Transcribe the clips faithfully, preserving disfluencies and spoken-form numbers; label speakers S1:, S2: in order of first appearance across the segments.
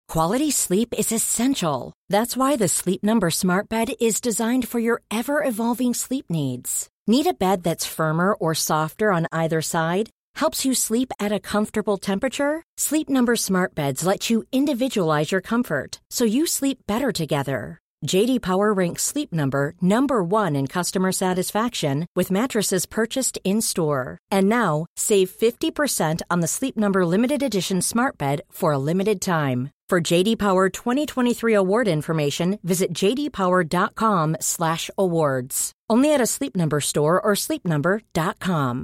S1: Quality sleep is essential. That's why the Sleep Number Smart Bed is designed for your ever-evolving sleep needs. Need a bed that's firmer or softer on either side? Helps you sleep at a comfortable temperature? Sleep Number Smart Beds let you individualize your comfort, so you sleep better together. J D Power ranks Sleep Number number one in customer satisfaction with mattresses purchased in-store. And now, save fifty percent on the Sleep Number Limited Edition Smart Bed for a limited time. For J D Power twenty twenty-three award information, visit j d power dot com slash awards. Only at a Sleep Number store or sleep number dot com.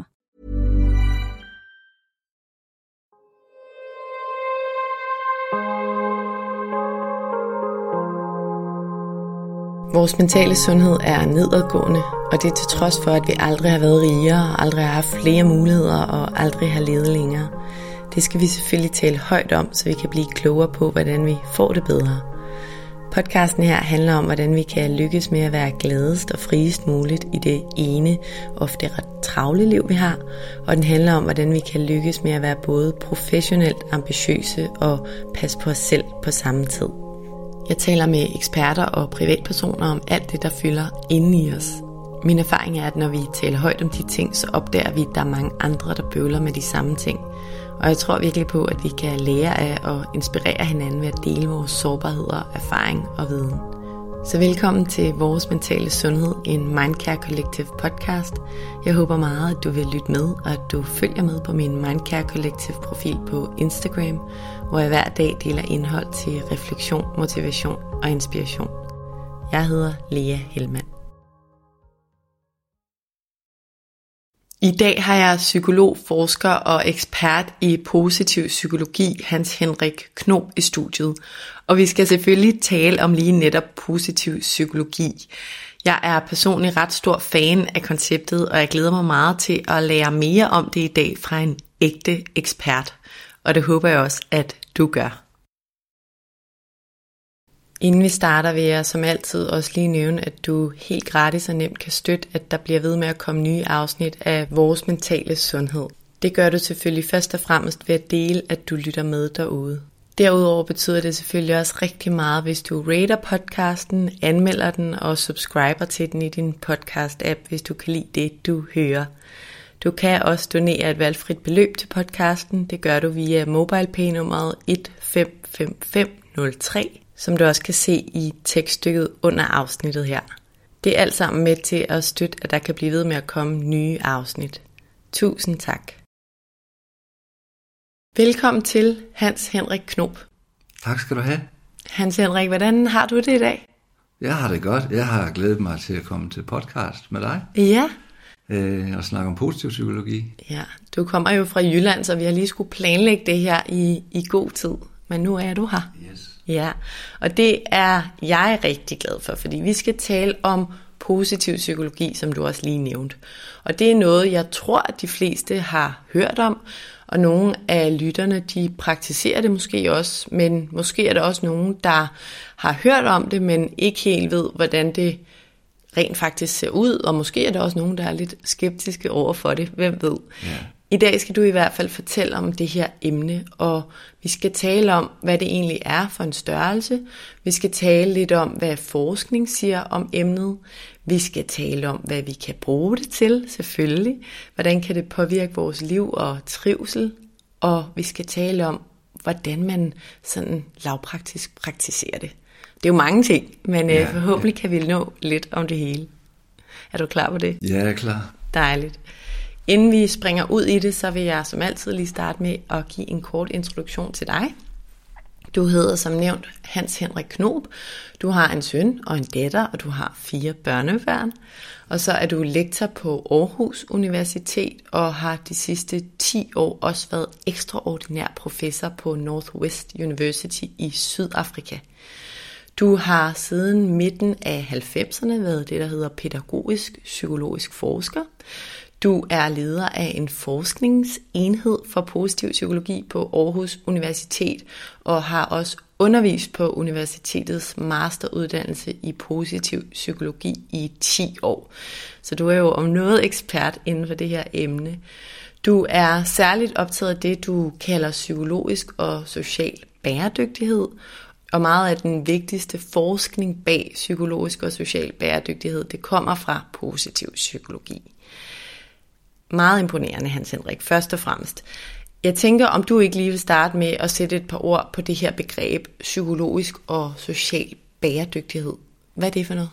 S2: Vores mentale sundhed er nedadgående, og det er til trods for, at vi aldrig har været rigere, aldrig har haft flere muligheder og aldrig har levet længere. Det skal vi selvfølgelig tale højt om, så vi kan blive klogere på, hvordan vi får det bedre. Podcasten her handler om, hvordan vi kan lykkes med at være gladest og friest muligt i det ene, ofte ret travle liv, vi har. Og den handler om, hvordan vi kan lykkes med at være både professionelt ambitiøse og passe på os selv på samme tid. Jeg taler med eksperter og privatpersoner om alt det, der fylder inde i os. Min erfaring er, at når vi taler højt om de ting, så opdager vi, at der er mange andre, der bøvler med de samme ting. Og jeg tror virkelig på, at vi kan lære af og inspirere hinanden ved at dele vores sårbarheder, erfaring og viden. Så velkommen til Vores Mentale Sundhed, en Mindcare Collective podcast. Jeg håber meget, at du vil lytte med, og at du følger med på min Mindcare Collective profil på Instagram, hvor jeg hver dag deler indhold til refleksion, motivation og inspiration. Jeg hedder Lea Hellmann. I dag har jeg psykolog, forsker og ekspert i positiv psykologi, Hans Henrik Knob, i studiet. Og vi skal selvfølgelig tale om lige netop positiv psykologi. Jeg er personligt ret stor fan af konceptet, og jeg glæder mig meget til at lære mere om det i dag fra en ægte ekspert. Og det håber jeg også, at du gør. Inden vi starter, vil jeg som altid også lige nævne, at du helt gratis og nemt kan støtte, at der bliver ved med at komme nye afsnit af Vores Mentale Sundhed. Det gør du selvfølgelig først og fremmest ved at dele, at du lytter med derude. Derudover betyder det selvfølgelig også rigtig meget, hvis du rater podcasten, anmelder den og subscriber til den i din podcast-app, hvis du kan lide det, du hører. Du kan også donere et valgfrit beløb til podcasten. Det gør du via MobilePay-nummeret et fem fem fem nul tre, som du også kan se i tekststykket under afsnittet her. Det er alt sammen med til at støtte, at der kan blive ved med at komme nye afsnit. Tusind tak. Velkommen til Hans Henrik Knob.
S3: Tak skal du have.
S2: Hans Henrik, hvordan har du det i dag?
S3: Jeg har det godt. Jeg har glædet mig til at komme til podcast med dig.
S2: Ja.
S3: Øh, og snakke om positiv psykologi.
S2: Ja, du kommer jo fra Jylland, så vi har lige skulle planlægge det her i, i god tid. Men nu er du her.
S3: Yes.
S2: Ja, og det er jeg rigtig glad for, fordi vi skal tale om positiv psykologi, som du også lige nævnte. Og det er noget, jeg tror, at de fleste har hørt om, og nogle af lytterne, de praktiserer det måske også, men måske er der også nogen, der har hørt om det, men ikke helt ved, hvordan det rent faktisk ser ud, og måske er der også nogen, der er lidt skeptiske over for det, hvem ved.
S3: Ja.
S2: I dag skal du i hvert fald fortælle om det her emne, og vi skal tale om, hvad det egentlig er for en størrelse. Vi skal tale lidt om, hvad forskning siger om emnet. Vi skal tale om, hvad vi kan bruge det til, selvfølgelig. Hvordan kan det påvirke vores liv og trivsel? Og vi skal tale om, hvordan man sådan lavpraktisk praktiserer det. Det er jo mange ting, men ja, forhåbentlig ja. kan vi nå lidt om det hele. Er du klar på det?
S3: Ja, jeg er klar.
S2: Dejligt. Inden vi springer ud i det, så vil jeg som altid lige starte med at give en kort introduktion til dig. Du hedder som nævnt Hans Henrik Knob. Du har en søn og en datter, og du har fire børnebørn. Og så er du lektor på Aarhus Universitet og har de sidste ti år også været ekstraordinær professor på Northwest University i Sydafrika. Du har siden midten af halvfemserne været det, der hedder pædagogisk psykologisk forsker. Du er leder af en forskningsenhed for positiv psykologi på Aarhus Universitet og har også undervist på universitetets masteruddannelse i positiv psykologi i ti år. Så du er jo om noget ekspert inden for det her emne. Du er særligt optaget af det, du kalder psykologisk og social bæredygtighed, og meget af den vigtigste forskning bag psykologisk og social bæredygtighed, det kommer fra positiv psykologi. Meget imponerende, Hans Henrik, først og fremmest. Jeg tænker, om du ikke lige vil starte med at sætte et par ord på det her begreb psykologisk og social bæredygtighed. Hvad er det for noget?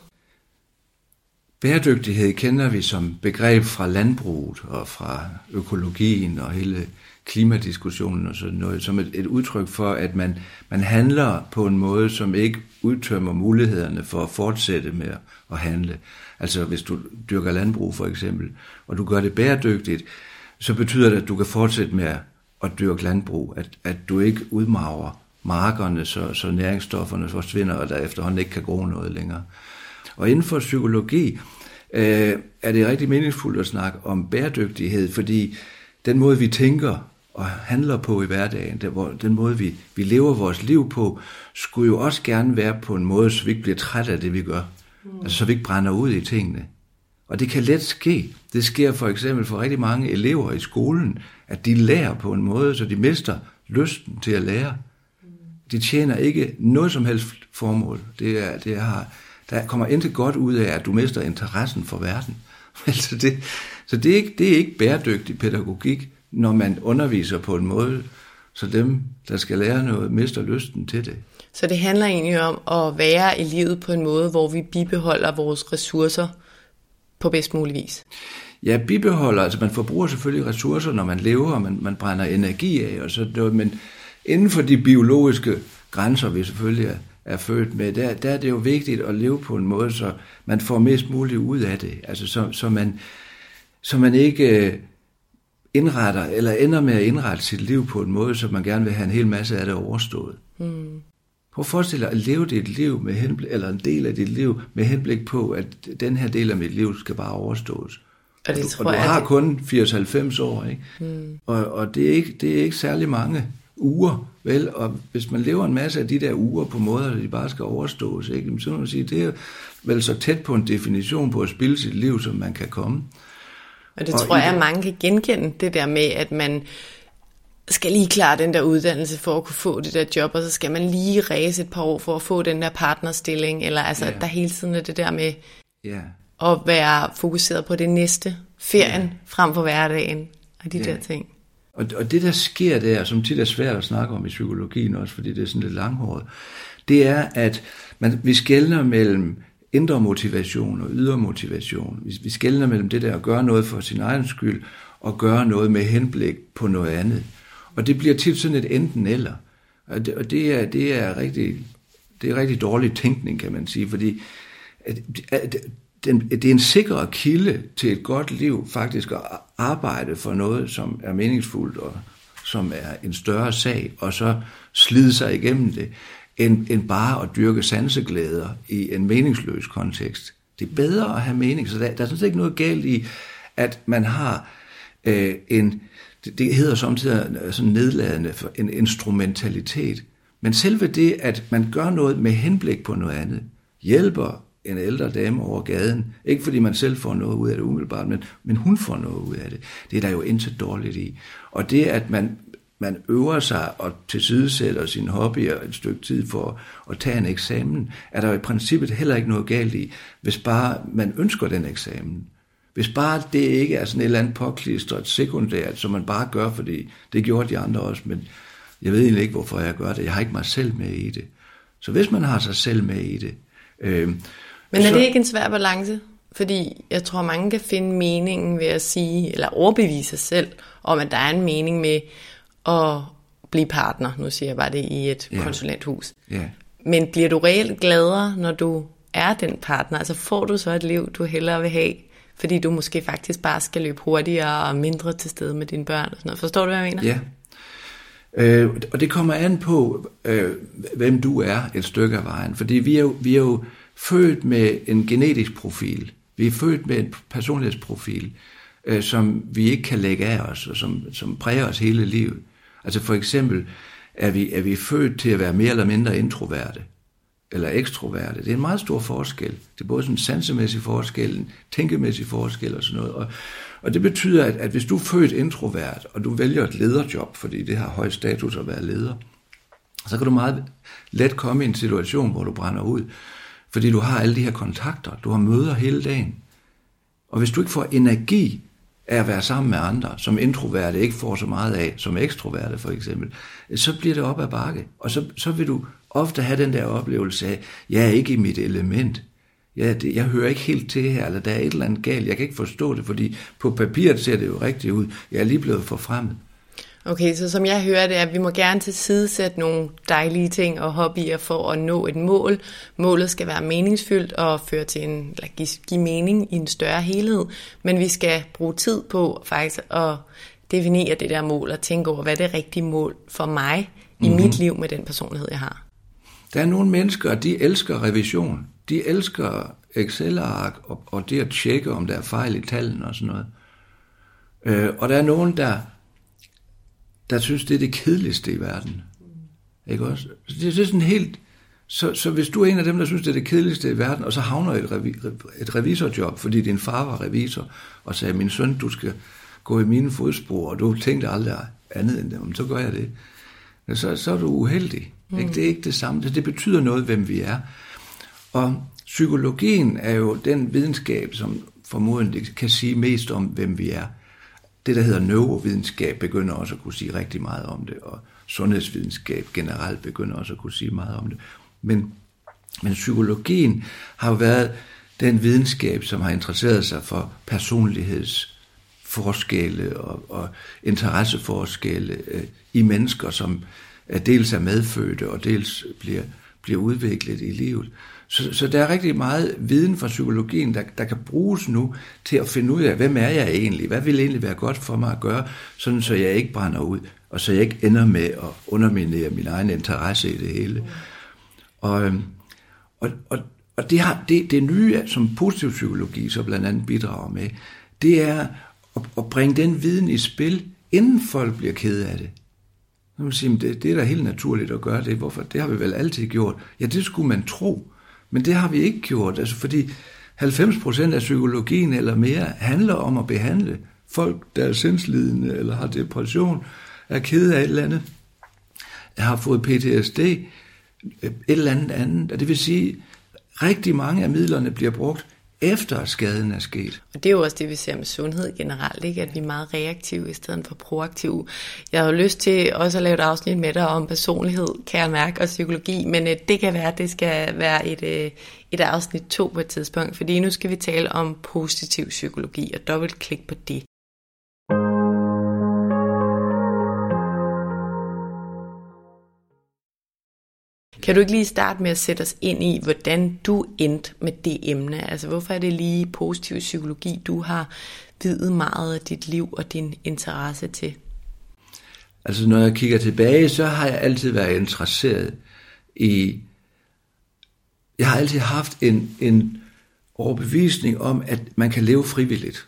S3: Bæredygtighed kender vi som begreb fra landbruget og fra økologien og hele klimadiskussionen og sådan noget, som et, et udtryk for, at man, man handler på en måde, som ikke udtømmer mulighederne for at fortsætte med at handle. Altså hvis du dyrker landbrug for eksempel, og du gør det bæredygtigt, så betyder det, at du kan fortsætte med at dyrke landbrug, at, at du ikke udmager markerne, så, så næringsstofferne forsvinder, og der efterhånden ikke kan gro noget længere. Og inden for psykologi øh, er det rigtig meningsfuldt at snakke om bæredygtighed, fordi den måde, vi tænker og handler på i hverdagen, den måde, vi, vi lever vores liv på, skulle jo også gerne være på en måde, så vi ikke bliver træt af det, vi gør. Mm. Altså, så vi ikke brænder ud i tingene. Og det kan let ske. Det sker for eksempel for rigtig mange elever i skolen, at de lærer på en måde, så de mister lysten til at lære. De tjener ikke noget som helst formål. Det er, det er, der kommer intet godt ud af, at du mister interessen for verden. Altså det, så det er, ikke, det er ikke bæredygtig pædagogik, når man underviser på en måde, så dem, der skal lære noget, mister lysten til det.
S2: Så det handler egentlig om at være i livet på en måde, hvor vi bibeholder vores ressourcer på bedst mulig vis?
S3: Ja, bibeholder. Altså man forbruger selvfølgelig ressourcer, når man lever, og man, man brænder energi af, og så noget, men inden for de biologiske grænser, vi selvfølgelig er, er født med, der, der er det jo vigtigt at leve på en måde, så man får mest muligt ud af det. Altså så, så, man, så man ikke indretter, eller ender med at indrette sit liv på en måde, så man gerne vil have en hel masse af det overstået. Hmm. Prøv at forestille dig at leve dit liv med henblik, eller en del af dit liv med henblik på, at den her del af mit liv skal bare overstås. Og, det, og du, og du har det... kun firs til halvfems år, ikke? Hmm. Og, og det, er ikke, det er ikke særlig mange uger, vel? Og hvis man lever en masse af de der uger på måder, de bare skal overstås, ikke? Så må man sige, det er vel så tæt på en definition på at spilde sit liv, som man kan komme.
S2: Og det og tror jeg, at mange kan genkende, det der med, at man skal lige klare den der uddannelse for at kunne få det der job, og så skal man lige ræse et par år for at få den der partnerstilling, eller altså, ja. Der hele tiden er det der med ja. At være fokuseret på det næste, ferien, ja. Frem for hverdagen, og de ja. Der ting.
S3: Og, og det, der sker der, som tit er svært at snakke om i psykologien også, fordi det er sådan lidt langhåret, det er, at man, vi skelner mellem indre motivation og ydre motivation. Vi, vi skelner mellem det der at gøre noget for sin egen skyld, og gøre noget med henblik på noget andet. Og det bliver tit sådan et enten eller. Og det, og det, er, det, er, rigtig, det er rigtig dårlig tænkning, kan man sige, fordi at, at, den, det er en sikker kilde til et godt liv, faktisk at arbejde for noget, som er meningsfuldt, og som er en større sag, og så slide sig igennem det, end, end bare at dyrke sanseglæder i en meningsløs kontekst. Det er bedre at have mening, så der, der er sådan set ikke noget galt i, at man har øh, en, det, det hedder samtidig sådan nedladende, for en instrumentalitet. Men selve det, at man gør noget med henblik på noget andet, hjælper en ældre dame over gaden, ikke fordi man selv får noget ud af det umiddelbart, men, men hun får noget ud af det. Det er der jo intet dårligt i. Og det, at man, man øver sig og tilsidesætter sine hobbyer et stykke tid for at tage en eksamen, er der i princippet heller ikke noget galt i, hvis bare man ønsker den eksamen. Hvis bare det ikke er sådan et eller andet påklistret sekundært, som man bare gør, fordi det gjorde de andre også, men jeg ved egentlig ikke, hvorfor jeg gør det. Jeg har ikke mig selv med i det. Så hvis man har sig selv med i det, øh,
S2: men er så... det ikke en svær balance? Fordi jeg tror, mange kan finde meningen ved at sige, eller overbevise sig selv, om at der er en mening med at blive partner. Nu siger jeg bare det i et ja. konsulenthus. Ja. Men bliver du reelt gladere, når du er den partner? Altså får du så et liv, du hellere vil have, fordi du måske faktisk bare skal løbe hurtigere og mindre til stede med dine børn og sådan noget. Forstår du, hvad jeg mener?
S3: Ja. Øh, og det kommer an på, øh, hvem du er et stykke af vejen. Fordi vi er jo, vi er jo født med en genetisk profil. Vi er født med en personlighedsprofil, øh, som vi ikke kan lægge af os, og som, som præger os hele livet. Altså for eksempel er vi, er vi født til at være mere eller mindre introverte, eller ekstroverte. Det er en meget stor forskel. Det er både sådan en sansemæssig forskel, en tænkemæssig forskel og sådan noget. Og, og det betyder, at, at hvis du er født introvert, og du vælger et lederjob, fordi det har høj status at være leder, Så kan du meget let komme i en situation, hvor du brænder ud, fordi du har alle de her kontakter, du har møder hele dagen. Og hvis du ikke får energi af at være sammen med andre, som introverte ikke får så meget af, som ekstroverte for eksempel, så bliver det op ad bakke. Og så, så vil du ofte have den der oplevelse af, jeg er ikke i mit element. Jeg, det, jeg hører ikke helt til her, eller der er et eller andet galt. Jeg kan ikke forstå det, fordi på papiret ser det jo rigtigt ud. Jeg er lige blevet forfremmet. Okay, så som jeg hører det, at vi må gerne tilsidesætte nogle dejlige ting og hobbyer for at nå et mål. Målet skal være meningsfyldt og føre til en, eller give, give mening i en større helhed, men vi skal bruge tid på faktisk at definere det der mål og tænke over, hvad er det rigtige mål for mig i mm-hmm. mit liv med den personlighed, jeg har. Der er nogle mennesker, de elsker revision. De elsker Excel-ark og, og det at tjekke, om der er fejl i tallene og sådan noget. Øh, og der er nogen, der der synes, det er det kedeligste i verden. Ikke også? Det er sådan helt... Så, så hvis du er en af dem, der synes, det er det kedeligste i verden, og så havner et, revi, et revisorjob, fordi din far var revisor, og sagde, min søn, du skal gå i mine fodspor, og du tænkte aldrig andet end det, så gør jeg det. Så, så er du uheldig. Mm. Ikke? Det er ikke det samme. Det, det betyder noget, hvem vi er. Og psykologien er jo den videnskab, som formodentlig kan sige mest om, hvem vi er. Det, der hedder neurovidenskab, begynder også at kunne sige rigtig meget om det, og sundhedsvidenskab generelt begynder også at kunne sige meget om det. Men, men psykologien har jo været den videnskab, som har interesseret sig for personlighedsforskelle og, og interesseforskelle øh, i mennesker, som er dels er medfødte og dels bliver, bliver udviklet i livet. Så, så der er rigtig meget viden fra psykologien, der, der kan bruges nu til at finde ud af, hvem er jeg egentlig? Hvad vil egentlig være godt for mig at gøre, sådan så jeg ikke brænder ud, og så jeg ikke ender med at underminere min egen interesse i det hele. Mm. Og, og, og, og det, har, det, det nye, som positiv psykologi så blandt andet bidrager med, det er at, at bringe den viden i spil, inden folk bliver ked af det. Så man siger, det, det er da helt naturligt at gøre det. Hvorfor? Det har vi vel altid gjort. Ja, det skulle man tro. Men det har vi ikke gjort, altså fordi halvfems procent af psykologien eller mere handler om at behandle folk, der er sindslidende eller har depression, er kede af et eller andet, har fået P T S D, et eller andet andet. Og det vil sige, at rigtig mange af midlerne bliver brugt efter at skaden er sket. Og det er jo også det, vi ser med sundhed generelt, ikke? At vi er meget reaktive i stedet for proaktive. Jeg har jo lyst til også at lave et afsnit med dig om personlighed, kan jeg mærke, og psykologi, men øh, det kan være, at det skal være et, øh, et afsnit to på et tidspunkt, fordi nu skal vi tale om positiv psykologi og dobbeltklik på det. Kan du ikke lige starte med at sætte os ind i, hvordan du endte med det emne? Altså, hvorfor er det lige positiv psykologi, du har viet meget af dit liv og din interesse til? Altså, når jeg kigger tilbage, så har jeg altid været interesseret i... Jeg har altid haft en, en overbevisning om, at man kan leve frivilligt.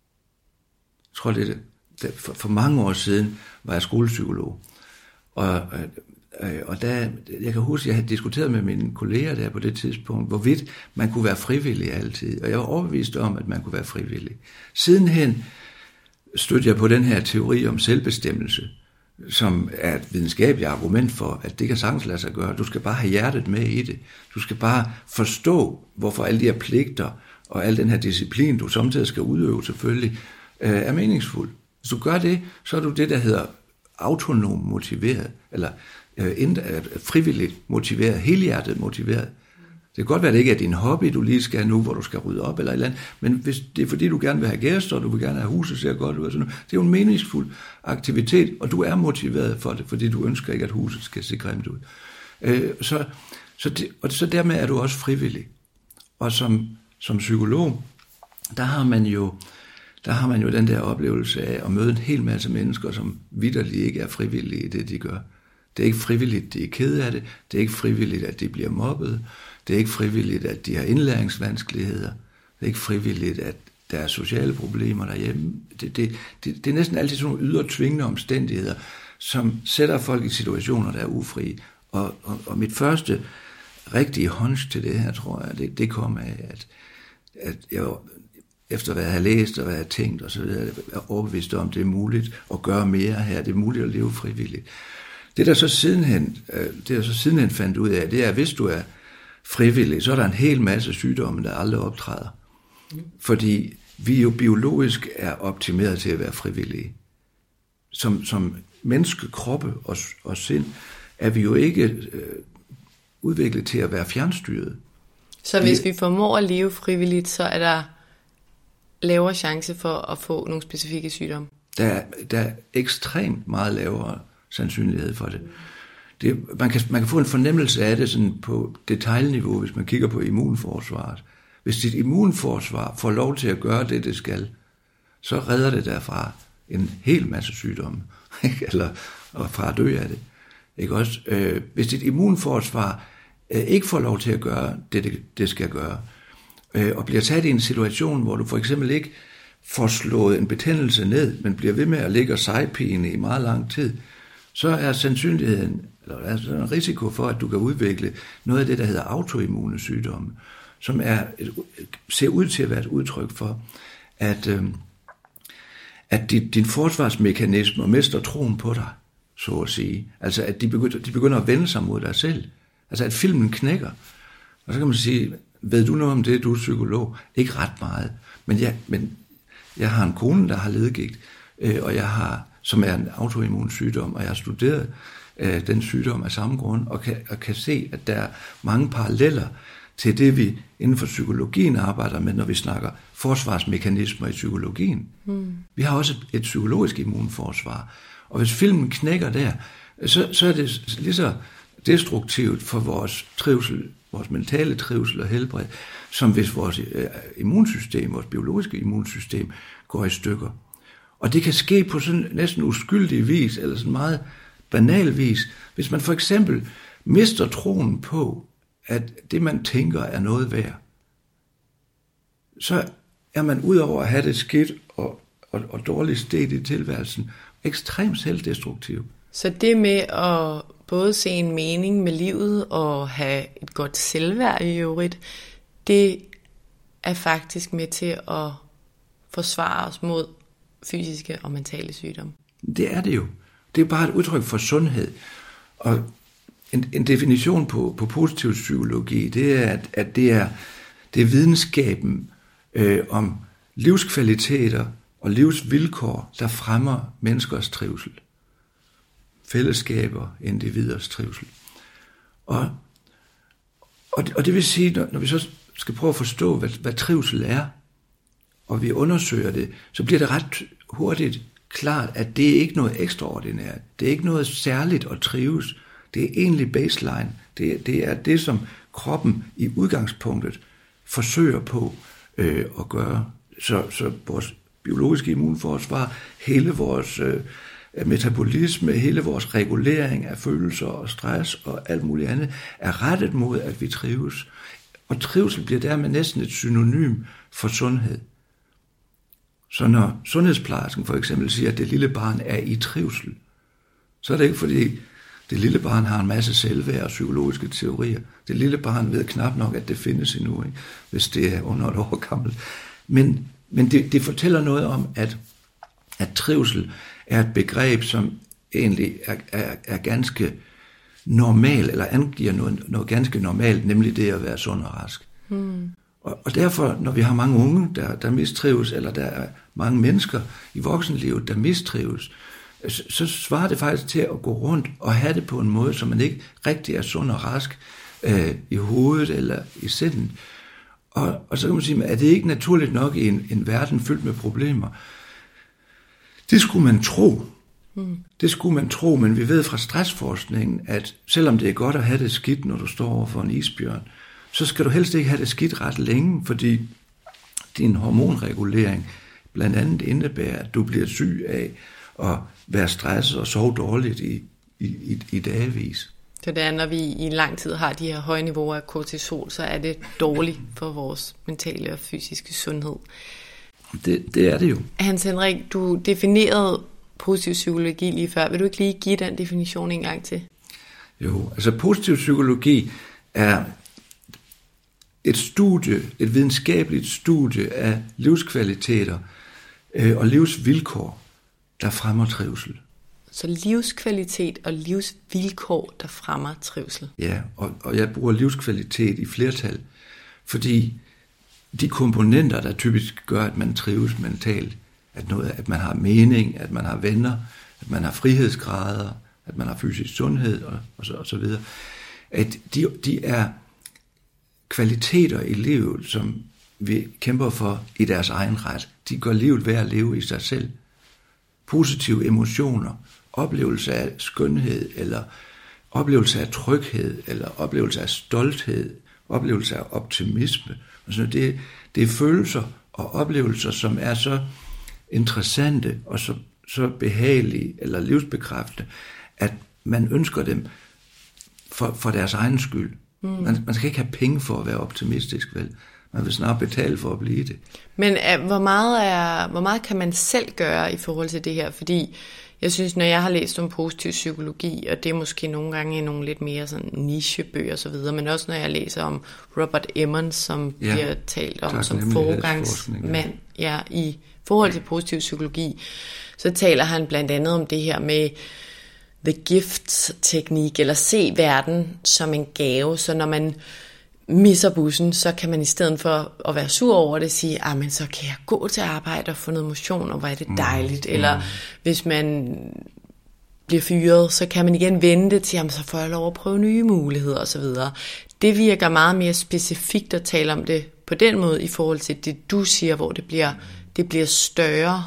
S3: Jeg tror, det er det. For, for mange år siden var jeg skolepsykolog, og... Og der, jeg kan huske, at jeg havde diskuteret med mine kolleger der på det tidspunkt, hvorvidt man kunne være frivillig altid. Og jeg var overbevist om, at man kunne være frivillig. Sidenhen stødte jeg på den her teori om selvbestemmelse, som er et videnskabeligt argument for, at det kan sagtens lade sig gøre. Du skal bare have hjertet med i det. Du skal bare forstå, hvorfor alle de her pligter og al den her disciplin, du samtidig skal udøve selvfølgelig, er meningsfuld. Hvis du gør det, så er du det, der hedder autonom motiveret, eller frivilligt motiveret, helhjertet motiveret. Det kan godt være, at det ikke er din hobby, du lige skal nu, hvor du skal rydde op eller et eller andet, men hvis det er fordi, du gerne vil have gæster, og du vil gerne have huset ser godt ud, og sådan noget, det er jo en meningsfuld aktivitet, og du er motiveret for det, fordi du ønsker ikke, at huset skal se grimt ud. Øh, så, så, det, og så dermed er du også frivillig. Og som, som psykolog, der har man jo der har man jo den der oplevelse af at møde en hel masse mennesker, som vitterligt ikke er frivillige i det, de gør. Det er ikke frivilligt, de er kede af det. Det er ikke frivilligt, at de bliver mobbet. Det er ikke frivilligt, at de har indlæringsvanskeligheder. Det er ikke frivilligt, at der er sociale problemer derhjemme. Det, det, det, det er næsten altid sådan nogle ydre tvingende omstændigheder, som sætter folk i situationer, der er ufrie. Og, og, og mit første rigtige hunch til det her, tror jeg, det, det kom af, at, at jeg efter hvad jeg har læst og hvad jeg har tænkt og så videre, er overbevist om, det er muligt at gøre mere her. Det er muligt at leve frivilligt. Det der så sidenhen, det der så sidenhen fandt ud af, det er, at hvis du er frivillig, så er der en hel masse sygdomme, der aldrig optræder. Fordi vi jo biologisk er optimeret til at være frivillige. Som, som menneskekroppe og, og sind er vi jo ikke øh, udviklet til at være fjernstyret.
S2: Så hvis vi formår at leve frivilligt, så er der lavere chance for at få nogle specifikke sygdomme?
S3: Der er, der er ekstremt meget lavere sandsynlighed for det. det man, kan, man kan få en fornemmelse af det sådan på detaljniveau, hvis man kigger på immunforsvaret. Hvis dit immunforsvar får lov til at gøre det, det skal, så redder det derfra en hel masse sygdomme, eller og fra at dø af det. Ikke også? Øh, hvis dit immunforsvar øh, ikke får lov til at gøre det, det, det skal gøre, øh, og bliver taget i en situation, hvor du for eksempel ikke får slået en betændelse ned, men bliver ved med at ligge og sejpine i meget lang tid, så er sandsynligheden, eller er der en risiko for, at du kan udvikle noget af det, der hedder autoimmune sygdomme, som er et, ser ud til at være et udtryk for, at, øh, at din, din forsvarsmekanismer mister troen på dig, så at sige. Altså, at de begynder, de begynder at vende sig mod dig selv. Altså, at filmen knækker. Og så kan man sige, ved du noget om det, du er psykolog? Ikke ret meget. Men jeg, men jeg har en kone, der har ledegigt, øh, og jeg har, som er en autoimmun sygdom, og jeg har studeret øh, den sygdom af samme grund, og kan, og kan se, at der er mange paralleller til det, vi inden for psykologien arbejder med, når vi snakker forsvarsmekanismer i psykologien. Hmm. Vi har også et, et psykologisk immunforsvar. Og hvis filmen knækker der, så, så er det lige så destruktivt for vores trivsel, vores mentale trivsel og helbred, som hvis vores øh, immunsystem, vores biologiske immunsystem, går i stykker. Og det kan ske på sådan næsten uskyldig vis, eller sådan meget banal vis, hvis man for eksempel mister troen på, at det, man tænker, er noget værd. Så er man ud over at have det skidt og, og, og dårligt sted i tilværelsen, ekstremt selvdestruktiv.
S2: Så det med at både se en mening med livet og have et godt selvværd i øvrigt, det er faktisk med til at forsvare os mod fysiske og mentale sygdomme.
S3: Det er det jo. Det er bare et udtryk for sundhed. Og en, en definition på, på positiv psykologi, det er, at, at det, er, det er videnskaben øh, om livskvaliteter og livsvilkår, der fremmer menneskers trivsel. Fællesskaber, individers trivsel. Og, og, det, og det vil sige, når, når vi så skal prøve at forstå, hvad, hvad trivsel er, og vi undersøger det, så bliver det ret hurtigt klart, at det er ikke noget ekstraordinært. Det er ikke noget særligt at trives. Det er egentlig baseline. Det, det er det, som kroppen i udgangspunktet forsøger på øh, at gøre. Så, så vores biologiske immunforsvar, hele vores øh, metabolisme, hele vores regulering af følelser og stress og alt muligt andet, er rettet mod, at vi trives. Og trivsel bliver dermed næsten et synonym for sundhed. Så når sundhedsplejersken for eksempel siger, at det lille barn er i trivsel, så er det ikke fordi, det lille barn har en masse selvværd og psykologiske teorier. Det lille barn ved knap nok, at det findes endnu, ikke? Hvis det er under et år gammelt. Men, men det, det fortæller noget om, at, at trivsel er et begreb, som egentlig er, er, er ganske normal, eller angiver noget, noget ganske normalt, nemlig det at være sund og rask. Hmm. Og, og derfor, når vi har mange unge, der, der mistrives, eller der er mange mennesker i voksenlivet, der mistrives, så, så svarer det faktisk til at gå rundt og have det på en måde, så man ikke rigtig er sund og rask øh, i hovedet eller i sindet. Og, og så kan man sige, er det ikke naturligt nok i en, en verden fyldt med problemer? Det skulle man tro. Hmm. Det skulle man tro, men vi ved fra stressforskningen, at selvom det er godt at have det skidt, når du står over for en isbjørn, så skal du helst ikke have det skidt ret længe, fordi din hormonregulering blandt andet indebærer, at du bliver syg af at være stresset og sove dårligt i, i, i, i dagevis.
S2: Så det er, når vi i lang tid har de her høje niveauer af kortisol, så er det dårligt for vores mentale og fysiske sundhed.
S3: Det, det er det jo.
S2: Hans Henrik, du definerede positiv psykologi lige før. Vil du ikke lige give den definition en gang til?
S3: Jo, altså positiv psykologi er et studie, et videnskabeligt studie af livskvaliteter øh, og livsvilkår, der fremmer trivsel.
S2: Så livskvalitet og livsvilkår, der fremmer trivsel.
S3: Ja, og, og jeg bruger livskvalitet i flertal, fordi de komponenter, der typisk gør, at man trives mentalt, at, noget, at man har mening, at man har venner, at man har frihedsgrader, at man har fysisk sundhed og, og, så, og så videre, at de, de er kvaliteter i livet, som vi kæmper for i deres egen ret. De gør livet værd at leve i sig selv. Positive emotioner, oplevelse af skønhed, eller oplevelse af tryghed, eller oplevelse af stolthed, oplevelse af optimisme. Altså det, det er følelser og oplevelser, som er så interessante og så, så behagelige eller livsbekræftende, at man ønsker dem for, for deres egen skyld. Mm. Man, man skal ikke have penge for at være optimistisk, vel? Man vil snart betale for at blive det.
S2: Men uh, hvor, meget er, hvor meget kan man selv gøre i forhold til det her? Fordi jeg synes, når jeg har læst om positiv psykologi, og det er måske nogle gange i nogle lidt mere sådan nichebøger og så videre, men også når jeg læser om Robert Emmons, som ja, bliver talt om som foregangsmand ja, i forhold til positiv psykologi, så taler han blandt andet om det her med the gift-teknik, eller se verden som en gave, så når man misser bussen, så kan man i stedet for at være sur over det sige, ah, men så kan jeg gå til arbejde og få noget motion, og hvor er det dejligt. Mm. Eller hvis man bliver fyret, så kan man igen vende det til, jamen, så får jeg lov at prøve nye muligheder osv. Det virker meget mere specifikt at tale om det på den måde, i forhold til det, du siger, hvor det bliver, det bliver større.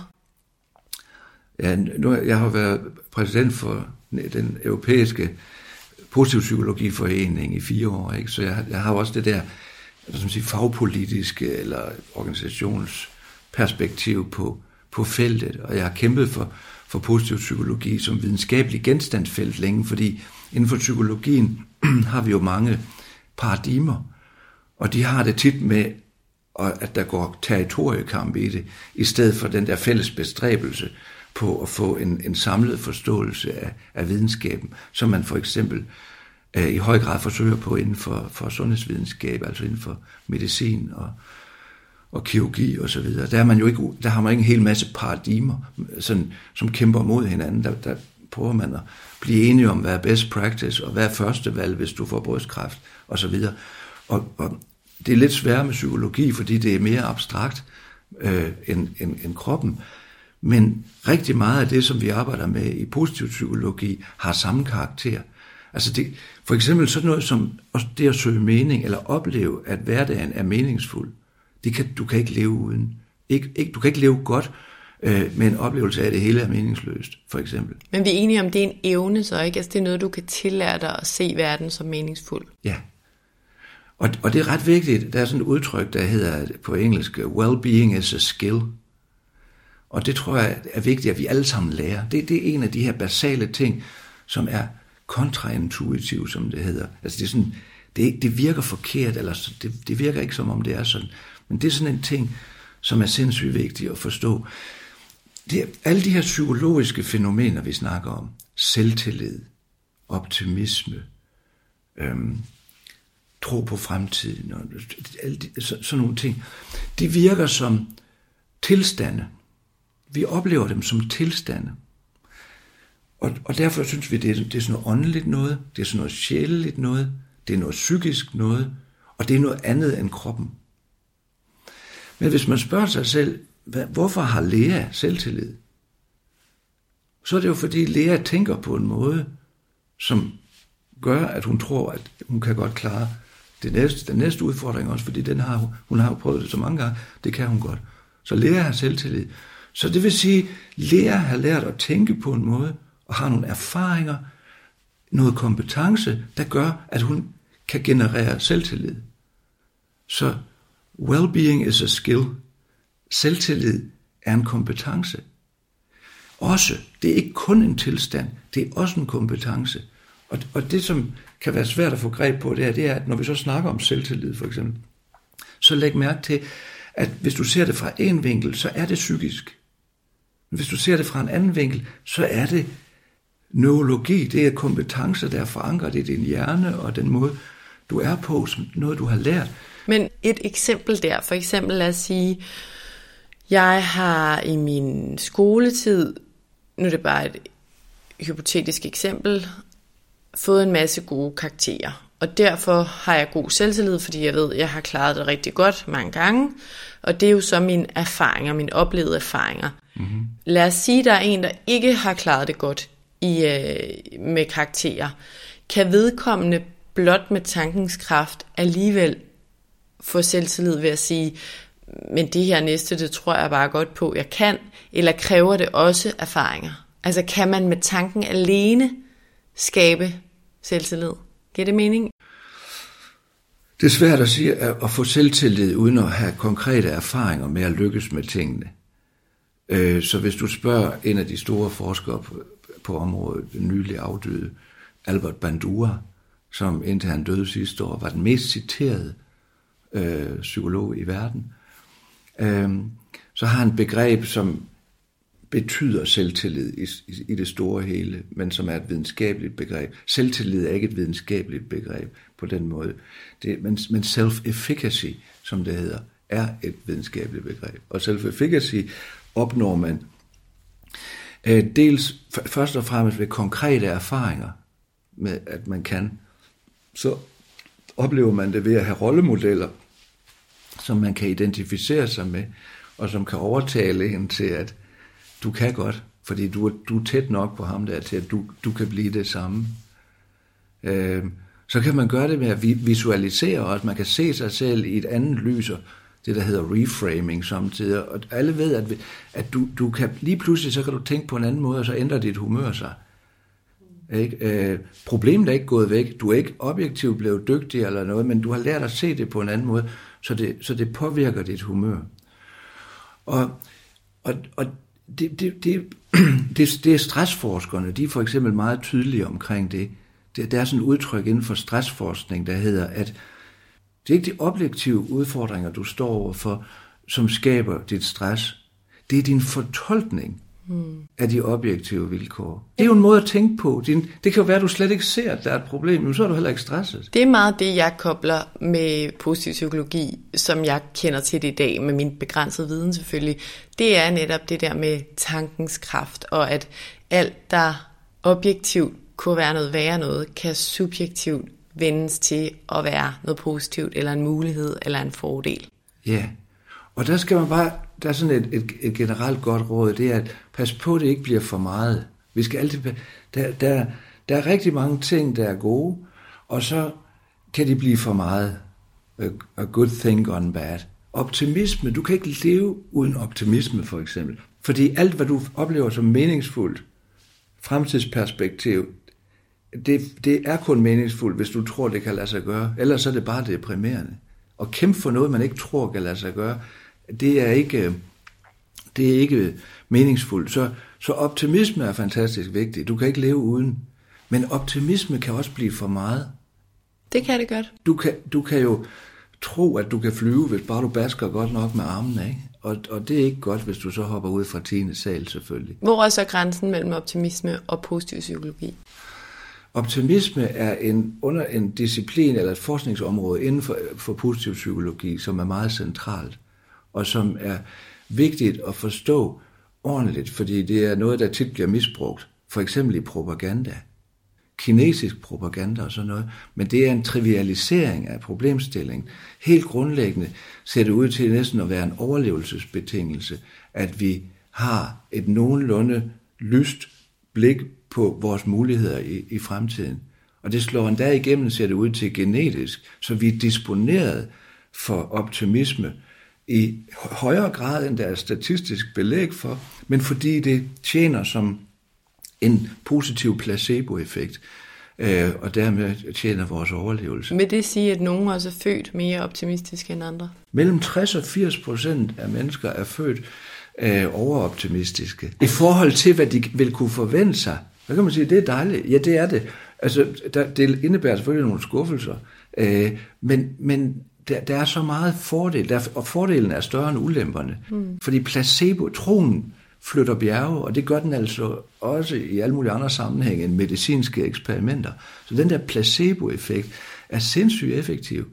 S3: Ja, nu, jeg har været præsident for den europæiske positiv psykologiforening i fire år, ikke? Så jeg, jeg har også det der som siger, fagpolitiske eller organisationsperspektiv på, på feltet, og jeg har kæmpet for, for positiv psykologi som videnskabelig genstandsfelt længe, fordi inden for psykologien har vi jo mange paradigmer, og de har det tit med, at der går territoriekamp i det, i stedet for den der fælles bestræbelse på at få en, en samlet forståelse af, af videnskaben, som man for eksempel øh, i høj grad forsøger på inden for, for sundhedsvidenskab, altså inden for medicin og, og kirurgi og så videre. Der, er man jo ikke, der har man ikke en hel masse paradigmer, sådan, som kæmper mod hinanden. Der, der prøver man at blive enige om, hvad er best practice, og hvad er første valg, hvis du får brystkræft og så videre. Og, og det er lidt sværere med psykologi, fordi det er mere abstrakt øh, end, end, end kroppen. Men rigtig meget af det, som vi arbejder med i positiv psykologi, har samme karakter. Altså det, for eksempel sådan noget som det at søge mening, eller opleve, at hverdagen er meningsfuld. Det kan, du kan ikke leve uden. Ikke, ikke, du kan ikke leve godt øh, med en oplevelse af, at det hele er meningsløst, for eksempel. Men
S2: vi er enige om, det er en evne så, ikke? Altså det er noget, du kan tillære dig at se verden som meningsfuld.
S3: Ja. Og, og det er ret vigtigt. Der er sådan et udtryk, der hedder på engelsk, well-being is a skill. Og det tror jeg er vigtigt, at vi alle sammen lærer. Det, det er en af de her basale ting, som er kontraintuitive, som det hedder. Altså det er sådan, det, det virker forkert, eller det, det virker ikke som om det er sådan. Men det er sådan en ting, som er sindssygt vigtigt at forstå. Det er alle de her psykologiske fænomener, vi snakker om, selvtillid, optimisme, øhm, tro på fremtiden, og alle de, så, sådan nogle ting, de virker som tilstande. Vi oplever dem som tilstande. Og, og derfor synes vi, det er, det er sådan noget åndeligt noget, det er sådan noget sjæleligt noget, det er noget psykisk noget, og det er noget andet end kroppen. Men hvis man spørger sig selv, hvad, hvorfor har Lea selvtillid? Så er det jo fordi Lea tænker på en måde, som gør, at hun tror, at hun kan godt klare det næste, den næste udfordring også, fordi den har, hun har jo prøvet det så mange gange, det kan hun godt. Så Lea har selvtillid. Så det vil sige, at Lea har lært at tænke på en måde, og har nogle erfaringer, noget kompetence, der gør, at hun kan generere selvtillid. Så well-being is a skill. Selvtillid er en kompetence. Også, det er ikke kun en tilstand, det er også en kompetence. Og, og det, som kan være svært at få greb på, det er, det er, at når vi så snakker om selvtillid for eksempel, så læg mærke til, at hvis du ser det fra en vinkel, så er det psykisk. Men hvis du ser det fra en anden vinkel, så er det neurologi, det er kompetencer, der er forankret i din hjerne, og den måde, du er på, som noget, du har lært.
S2: Men et eksempel der, for eksempel lad os sige, jeg har i min skoletid, nu er det bare et hypotetisk eksempel, fået en masse gode karakterer. Og derfor har jeg god selvtillid, fordi jeg ved, at jeg har klaret det rigtig godt mange gange. Og det er jo så mine erfaringer, mine oplevede erfaringer. Mm-hmm. Lad os sige, at der er en, der ikke har klaret det godt i, øh, med karakterer. Kan vedkommende blot med tankens kraft alligevel få selvtillid ved at sige, men det her næste, det tror jeg bare godt på, jeg kan, eller kræver det også erfaringer? Altså kan man med tanken alene skabe selvtillid? Giver det mening?
S3: Det er svært at sige at få selvtillid uden at have konkrete erfaringer med at lykkes med tingene. Så hvis du spørger en af de store forskere på området, den nylig afdøde Albert Bandura, som indtil han døde sidste år var den mest citerede øh, psykolog i verden, øh, så har han et begreb, som betyder selvtillid i, i, i det store hele, men som er et videnskabeligt begreb. Selvtillid er ikke et videnskabeligt begreb på den måde. Det, men, men self-efficacy, som det hedder, er et videnskabeligt begreb. Og self-efficacy opnår man øh, dels f- først og fremmest ved konkrete erfaringer med, at man kan. Så oplever man det ved at have rollemodeller, som man kan identificere sig med, og som kan overtale hende til, at du kan godt, fordi du er, du er tæt nok på ham der til, at du, du kan blive det samme. Øh, så kan man gøre det med at visualisere også. Man kan se sig selv i et andet lys, det der hedder reframing samtidig. Og alle ved, at, at du, du kan lige pludselig, så kan du tænke på en anden måde, og så ændrer dit humør sig. Ikke? Øh, problemet er ikke gået væk. Du er ikke objektivt blevet dygtig eller noget, men du har lært at se det på en anden måde, så det, så det påvirker dit humør. Og, og, og det, det, det, det, det er stressforskerne, de er for eksempel meget tydelige omkring det. det. Der er sådan et udtryk inden for stressforskning, der hedder, at det er ikke de objektive udfordringer, du står overfor, som skaber dit stress. Det er din fortolkning hmm. af de objektive vilkår. Det er jo en måde at tænke på. Din, det kan jo være, at du slet ikke ser, at der er et problem, men så er du heller ikke stresset.
S2: Det er meget det, jeg kobler med positiv psykologi, som jeg kender til det i dag, med min begrænsede viden selvfølgelig. Det er netop det der med tankens kraft, og at alt, der objektivt kunne være noget værre noget, kan subjektivt vendes til at være noget positivt, eller en mulighed, eller en fordel.
S3: Ja, og der skal man bare, der er sådan et, et, et generelt godt råd, det er at pas på, at det ikke bliver for meget. Vi skal altid, der, der, der er rigtig mange ting, der er gode, og så kan de blive for meget. A, a good thing gone bad. Optimisme, du kan ikke leve uden optimisme for eksempel, fordi alt, hvad du oplever som meningsfuldt, fremtidsperspektiv, Det, det er kun meningsfuldt, hvis du tror, det kan lade sig gøre. Ellers er det bare deprimerende. Og kæmpe for noget, man ikke tror kan lade sig gøre, det er ikke, det er ikke meningsfuldt. Så, så optimisme er fantastisk vigtigt. Du kan ikke leve uden. Men optimisme kan også blive for meget.
S2: Det kan det godt.
S3: Du kan, du kan jo tro, at du kan flyve, hvis bare du basker godt nok med armene, ikke? Og, og det er ikke godt, hvis du så hopper ud fra tiende sal, selvfølgelig.
S2: Hvor er så grænsen mellem optimisme og positiv psykologi?
S3: Optimisme er en, under en disciplin eller et forskningsområde inden for, for positiv psykologi, som er meget centralt, og som er vigtigt at forstå ordentligt, fordi det er noget, der tit bliver misbrugt, for eksempel i propaganda, kinesisk propaganda og sådan noget, men det er en trivialisering af problemstillingen. Helt grundlæggende ser det ud til næsten at være en overlevelsesbetingelse, at vi har et nogenlunde lyst blik på vores muligheder i, i fremtiden. Og det slår endda igennem, ser det ud til genetisk, så vi er disponeret for optimisme i højere grad, end der er statistisk belæg for, men fordi det tjener som en positiv placeboeffekt, øh, og dermed tjener vores overlevelse.
S2: Vil det sige, at nogen også er født mere optimistiske end andre?
S3: Mellem tres og firs procent af mennesker er født øh, overoptimistiske. I forhold til, hvad de vil kunne forvente sig, så kan man sige, det er dejligt. Ja, det er det. Altså, der, det indebærer selvfølgelig nogle skuffelser, øh, men, men der, der er så meget fordel, der, og fordelen er større end ulemperne. Mm. Fordi placebo, troen flytter bjerge, og det gør den altså også i alle mulige andre sammenhænge end medicinske eksperimenter. Så den der placeboeffekt er sindssygt effektiv.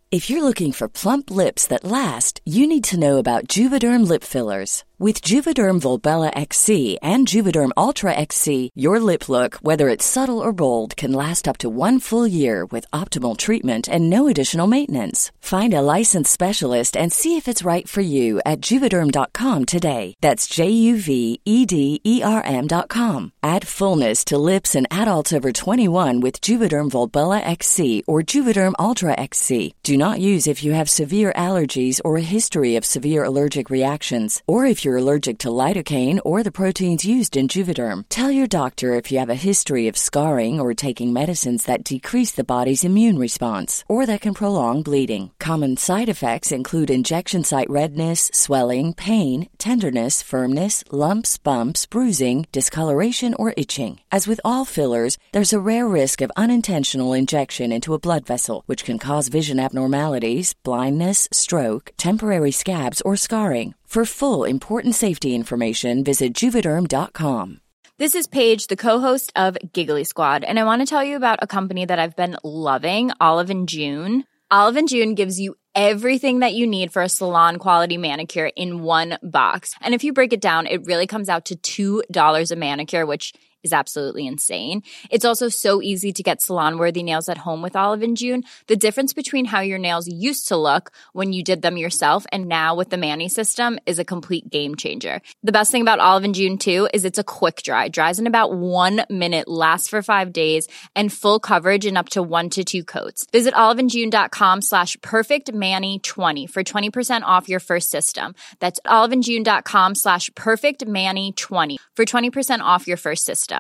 S4: If you're looking for plump lips that last, you need to know about Juvederm lip fillers. With Juvederm Volbella X C and Juvederm Ultra X C, your lip look, whether it's subtle or bold, can last up to one full year with optimal treatment and no additional maintenance. Find a licensed specialist and see if it's right for you at Juvederm dot com today. That's J U V E D E R M dot com. Add fullness to lips in adults over twenty-one with Juvederm Volbella X C or Juvederm Ultra X C. Do not use if you have severe allergies or a history of severe allergic reactions, or if you're allergic to lidocaine or the proteins used in Juvederm. Tell your doctor if you have a history of scarring or taking medicines that decrease the body's immune response or that can prolong bleeding. Common side effects include injection site redness, swelling, pain, tenderness, firmness, lumps, bumps, bruising, discoloration, or itching. As with all fillers, there's a rare risk of unintentional injection into a blood vessel, which can cause vision abnormalities, blindness, stroke, temporary scabs, or scarring. For full, important safety information, visit Juvederm dot com.
S5: This is Paige, the co-host of Giggly Squad, and I want to tell you about a company that I've been loving, Olive and June. Olive and June gives you everything that you need for a salon-quality manicure in one box. And if you break it down, it really comes out to two dollars a manicure, which is absolutely insane. It's also so easy to get salon-worthy nails at home with Olive and June. The difference between how your nails used to look when you did them yourself and now with the Mani system is a complete game changer. The best thing about Olive and June, too, is it's a quick dry. Dries in about one minute, lasts for five days, and full coverage in up to one to two coats. Visit oliveandjune.com slash perfectmani20 for twenty percent off your first system. That's oliveandjune.com slash perfectmani20 for twenty percent off your first system.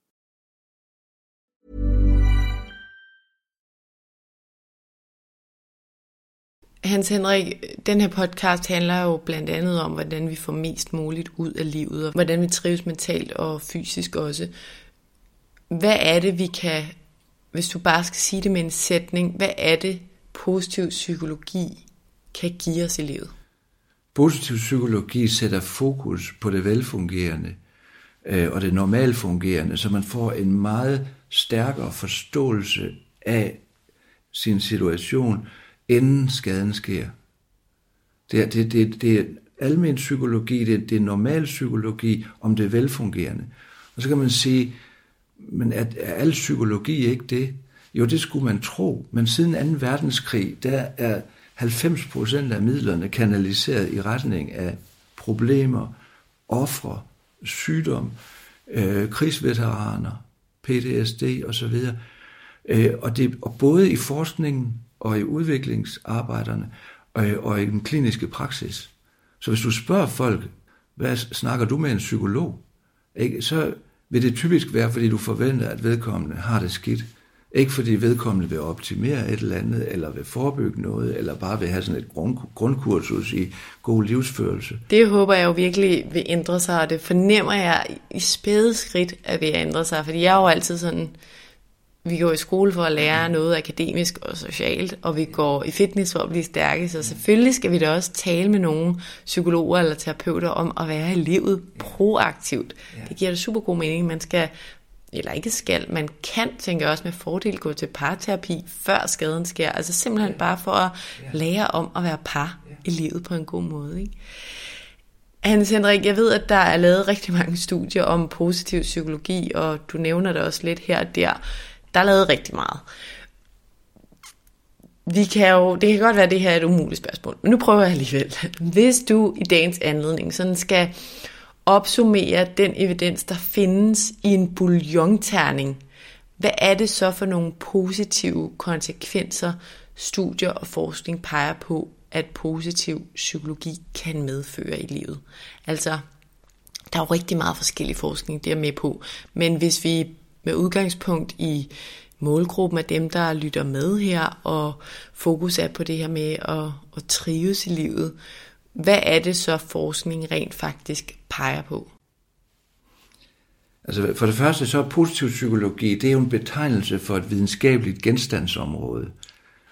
S2: Hans Henrik, den her podcast handler jo blandt andet om, hvordan vi får mest muligt ud af livet, og hvordan vi trives mentalt og fysisk også. Hvad er det, vi kan, hvis du bare skal sige det med en sætning, hvad er det, positiv psykologi kan give os i livet?
S3: Positiv psykologi sætter fokus på det velfungerende øh, og det normalfungerende, så man får en meget stærkere forståelse af sin situation, inden skaden sker. Det er, det, det, det er almen psykologi, det er, det er normal psykologi om det velfungerende. Og så kan man sige, men er, er al psykologi ikke det? Jo, det skulle man tro, men siden anden verdenskrig, der er halvfems procent af midlerne kanaliseret i retning af problemer, ofre, sygdom, øh, krigsveteraner, P T S D osv. Øh, og, det, og både i forskningen og i udviklingsarbejderne og, og i den kliniske praksis. Så hvis du spørger folk, hvad snakker du med en psykolog, ikke, så vil det typisk være, fordi du forventer, at vedkommende har det skidt. Ikke fordi vedkommende vil optimere et eller andet, eller vil forebygge noget, eller bare vil have sådan et grund, grundkursus i god livsførelse.
S2: Det håber jeg jo virkelig vil ændre sig, og det fornemmer jeg i spæde skridt, at vil ændre sig. Fordi jeg er jo altid sådan, vi går i skole for at lære noget akademisk og socialt, og vi går i fitness for at blive stærke, så selvfølgelig skal vi da også tale med nogle psykologer eller terapeuter om at være i livet proaktivt. Det giver da super god mening, man skal, eller ikke skal, man kan, tænker jeg også med fordel, gå til parterapi, før skaden sker. Altså simpelthen bare for at lære om at være par i livet på en god måde, ikke? Hans Henrik, jeg ved, at der er lavet rigtig mange studier om positiv psykologi, og du nævner det også lidt her og der. Der er lavet rigtig meget. Vi kan jo, det kan godt være, at det her er et umuligt spørgsmål, men nu prøver jeg alligevel. Hvis du i dagens anledning sådan skal opsummere den evidens, der findes i en bouillonterning, hvad er det så for nogle positive konsekvenser, studier og forskning peger på, at positiv psykologi kan medføre i livet? Altså, der er jo rigtig meget forskellig forskning, det er med på, men hvis vi med udgangspunkt i målgruppen af dem, der lytter med her, og fokus er på det her med at, at trives i livet, hvad er det så forskning rent faktisk peger på?
S3: Altså for det første så er positiv psykologi, det er jo en betegnelse for et videnskabeligt genstandsområde.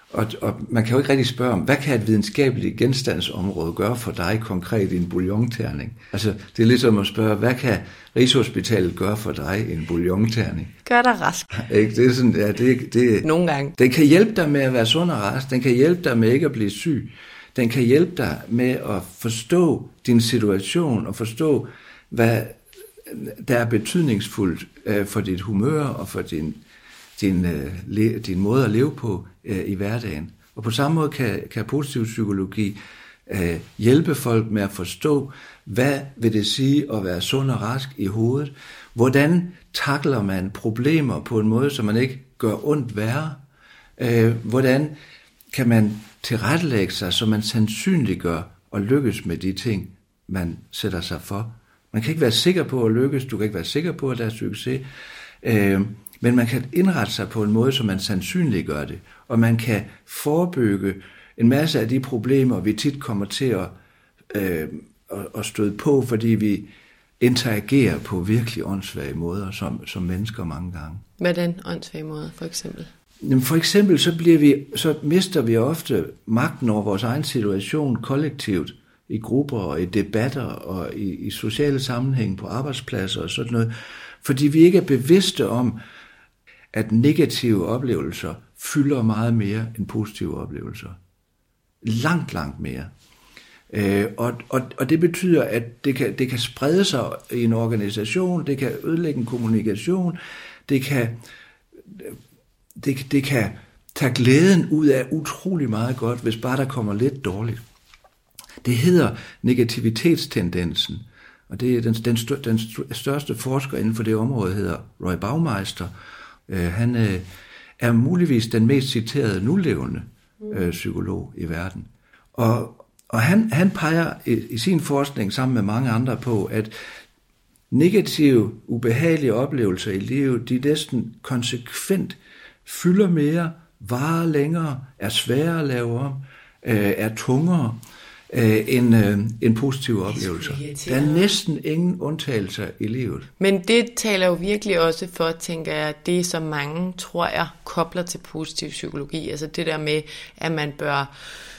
S3: Og, og man kan jo ikke rigtig spørge om, hvad kan et videnskabeligt genstandsområde gøre for dig konkret i en bouillonterning? Altså, det er ligesom at spørge, hvad kan Rigshospitalet gøre for dig i en bouillonterning?
S2: Gør dig rask.
S3: Ikke? Det er sådan, ja, det, det,
S2: Nogle gange.
S3: Den kan hjælpe dig med at være sund og rask. Den kan hjælpe dig med ikke at blive syg. Den kan hjælpe dig med at forstå din situation og forstå, hvad der er betydningsfuldt for dit humør og for din Din, øh, din måde at leve på øh, i hverdagen. Og på samme måde kan, kan positiv psykologi øh, hjælpe folk med at forstå, hvad vil det sige at være sund og rask i hovedet? Hvordan takler man problemer på en måde, så man ikke gør ondt værre? Øh, hvordan kan man tilrettelægge sig, så man sandsynliggør og lykkes med de ting, man sætter sig for? Man kan ikke være sikker på at lykkes, du kan ikke være sikker på, at der er succes. Øh, Men man kan indrette sig på en måde, så man sandsynliggør det. Og man kan forebygge en masse af de problemer, vi tit kommer til at, øh, at støde på, fordi vi interagerer på virkelig åndssvage måder som, som mennesker mange gange.
S2: Hvordan åndssvage måder, for eksempel?
S3: Jamen for eksempel så, bliver vi, så mister vi ofte magten over vores egen situation kollektivt, i grupper og i debatter og i, i sociale sammenhæng på arbejdspladser og sådan noget, fordi vi ikke er bevidste om, at negative oplevelser fylder meget mere end positive oplevelser. Langt, langt mere. Øh, og, og, og det betyder, at det kan, det kan sprede sig i en organisation, det kan ødelægge en kommunikation, det kan, det, det kan tage glæden ud af utrolig meget godt, hvis bare der kommer lidt dårligt. Det hedder negativitetstendensen, og det er den, den, stør, den største forsker inden for det område, hedder Roy Baumeister. Uh, han uh, er muligvis den mest citerede nulevende uh, psykolog i verden. Og, og han, han peger i, i sin forskning sammen med mange andre på, at negative, ubehagelige oplevelser i livet, de næsten konsekvent fylder mere, varer længere, er sværere at lave om, uh, er tungere, Øh, en, øh, en positiv oplevelse. Der er næsten ingen undtagelser i livet.
S2: Men det taler jo virkelig også for, tænker jeg, det som mange, tror jeg, kobler til positiv psykologi. Altså det der med, at man bør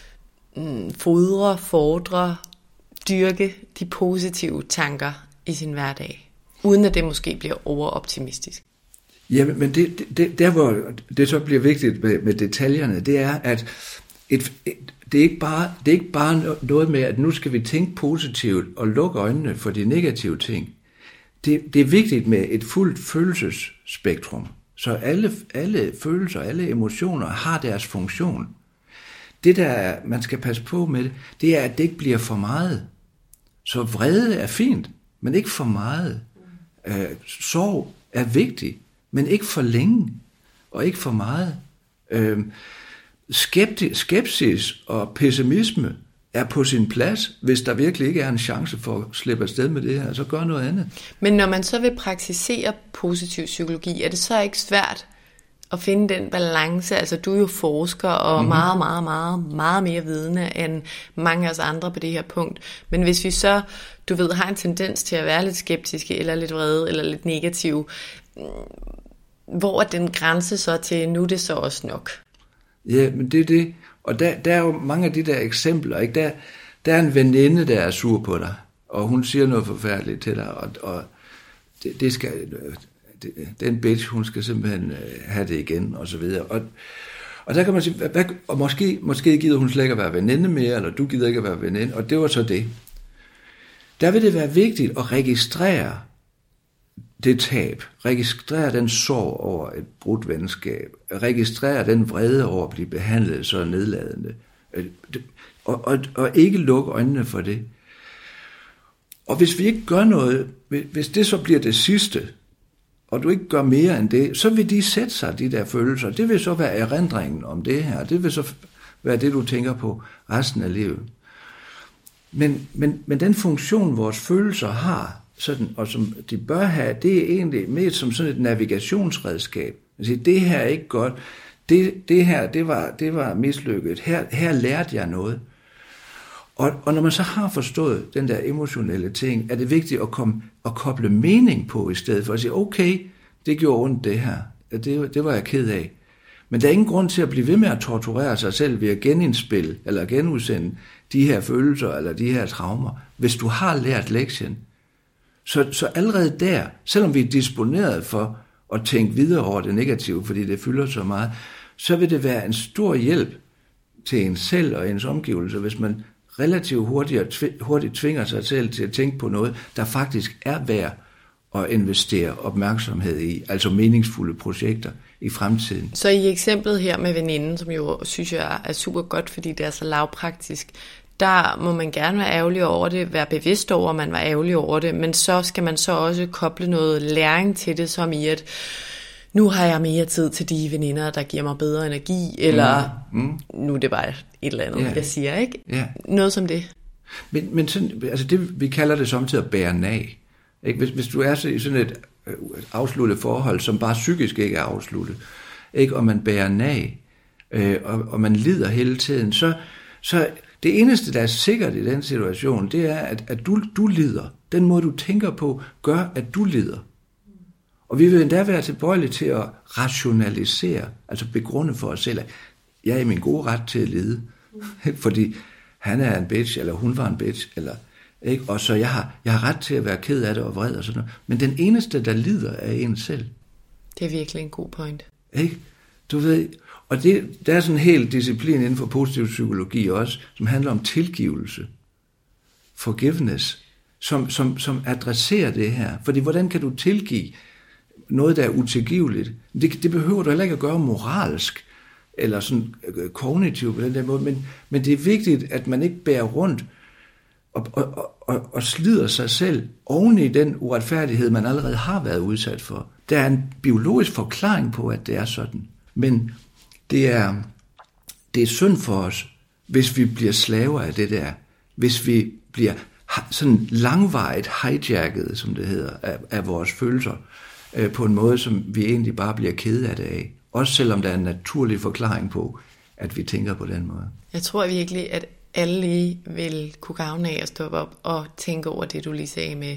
S2: mm, fodre, fordre, dyrke de positive tanker i sin hverdag, uden at det måske bliver overoptimistisk.
S3: Ja, men det, det, der hvor det så bliver vigtigt med, med detaljerne, det er, at et, et Det er, ikke bare, det er ikke bare noget med, at nu skal vi tænke positivt og lukke øjnene for de negative ting. Det, det er vigtigt med et fuldt følelsesspektrum, så alle, alle følelser, alle emotioner har deres funktion. Det, der man skal passe på med, det, det er, at det ikke bliver for meget. Så vrede er fint, men ikke for meget. Øh, sorg er vigtig, men ikke for længe, og ikke for meget. Øh, Skepti- skepsis og pessimisme er på sin plads, hvis der virkelig ikke er en chance for at slippe afsted med det her, så gør noget andet.
S2: Men når man så vil praktisere positiv psykologi, er det så ikke svært at finde den balance? Altså du er jo forsker og mm-hmm. meget, meget, meget, meget mere vidende end mange af os andre på det her punkt. Men hvis vi så, du ved, har en tendens til at være lidt skeptiske, eller lidt vrede, eller lidt negative, hvor er den grænse så til, nu er det så også nok?
S3: Ja, men det er det. Og der, der er jo mange af de der eksempler, ikke? Der, der er en veninde, der er sur på dig, og hun siger noget forfærdeligt til dig, og, og det, det skal, det, den bitch, hun skal simpelthen have det igen, og så videre. Og, og der kan man sige, hvad, og måske, måske gider hun slet ikke at være veninde mere, eller du gider ikke at være veninde, og det var så det. Der vil det være vigtigt at registrere det tab, registrere den sorg over et brudt venskab, registrere den vrede over at blive behandlet så nedladende, og, og, og ikke lukke øjnene for det. Og hvis vi ikke gør noget, hvis det så bliver det sidste, og du ikke gør mere end det, så vil de sætte sig, de der følelser. Det vil så være erindringen om det her, det vil så være det, du tænker på resten af livet. Men, men, men den funktion, vores følelser har, sådan, og som de bør have, det er egentlig mest som sådan et navigationsredskab. Altså, det her er ikke godt, det, det her, det var, det var mislykket, her, her lærte jeg noget. Og, og når man så har forstået den der emotionelle ting, er det vigtigt at, komme, at koble mening på i stedet for at sige, okay, det gjorde ondt det her, det, det var jeg ked af. Men der er ingen grund til at blive ved med at torturere sig selv ved at genindspille eller genudsende de her følelser eller de her traumer, hvis du har lært lektien. Så, så allerede der, selvom vi er disponeret for at tænke videre over det negative, fordi det fylder så meget, så vil det være en stor hjælp til en selv og ens omgivelser, hvis man relativt hurtigt, hurtigt tvinger sig selv til at tænke på noget, der faktisk er værd at investere opmærksomhed i, altså meningsfulde projekter i fremtiden.
S2: Så i eksemplet her med veninden, som jo synes jeg er super godt, fordi det er så lavpraktisk, der må man gerne være ærgerlig over det, være bevidst over, at man var ærgerlig over det, men så skal man så også koble noget læring til det, som i at nu har jeg mere tid til de veninder, der giver mig bedre energi, eller mm. Mm. nu er det bare et eller andet, yeah. jeg siger, ikke? Yeah. Noget som det.
S3: Men, men sådan, altså det, vi kalder det samtidig at bære nag. Ikke? Hvis, hvis du er i sådan et afsluttet forhold, som bare psykisk ikke er afsluttet, ikke? Og man bærer nag, øh, og, og man lider hele tiden, så, så det eneste, der er sikkert i den situation, det er, at, at du, du lider. Den måde, du tænker på, gør, at du lider. Og vi vil endda være tilbøjelige til at rationalisere, altså begrunde for os selv, at jeg er i min gode ret til at lide, fordi han er en bitch, eller hun var en bitch, eller, ikke? Og så jeg har, jeg har ret til at være ked af det og vred og sådan noget. Men den eneste, der lider, er en selv.
S2: Det er virkelig en god point.
S3: Ikke? Du ved, og det, der er sådan en hel disciplin inden for positiv psykologi også, som handler om tilgivelse, forgiveness, som, som, som adresserer det her. Fordi hvordan kan du tilgive noget, der er utilgiveligt? Det, det behøver du heller ikke at gøre moralsk, eller sådan kognitivt på den der måde, men, men det er vigtigt, at man ikke bærer rundt og, og, og, og slider sig selv oven i den uretfærdighed, man allerede har været udsat for. Der er en biologisk forklaring på, at det er sådan. Men det er, det er synd for os, hvis vi bliver slaver af det der. Hvis vi bliver sådan langvarigt hijacket, som det hedder, af, af vores følelser, øh, på en måde, som vi egentlig bare bliver ked af det af. Også selvom der er en naturlig forklaring på, at vi tænker på den måde.
S2: Jeg tror virkelig, at alle lige vil kunne gavne af at stoppe op og tænke over det, du lige sagde med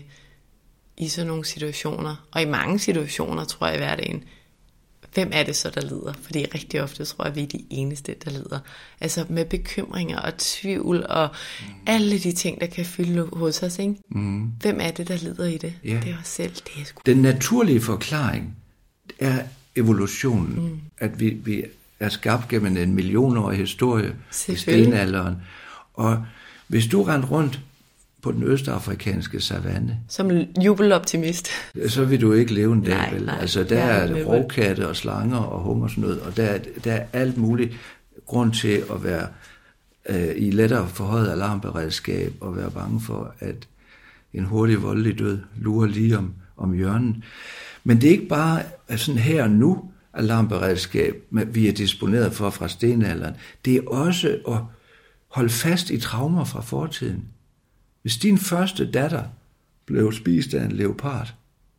S2: i sådan nogle situationer. Og i mange situationer, tror jeg i hverdagen, hvem er det så, der lider? Fordi rigtig ofte tror jeg, vi er de eneste, der lider. Altså med bekymringer og tvivl og mm. alle de ting, der kan fylde hos os, ikke? Mm. Hvem er det, der lider i det? Ja. Det er os selv. Det er sgu...
S3: Den naturlige forklaring er evolutionen. Mm. At vi, vi er skabt gennem en millionårig historie i stenalderen. Og hvis du rendte rundt på den østafrikanske savanne,
S2: som jubeloptimist,
S3: så vil du ikke leve en dag, nej, vel? Nej, altså der er rovkatte og slanger og hungersnød, og der, der er alt muligt grund til at være øh, i lettere forhøjet alarmberedskab og være bange for, at en hurtig voldelig død lurer lige om, om hjørnet. Men det er ikke bare sådan her og nu alarmberedskab, vi er disponeret for fra stenalderen. Det er også at holde fast i traumer fra fortiden. Hvis din første datter blev spist af en leopard,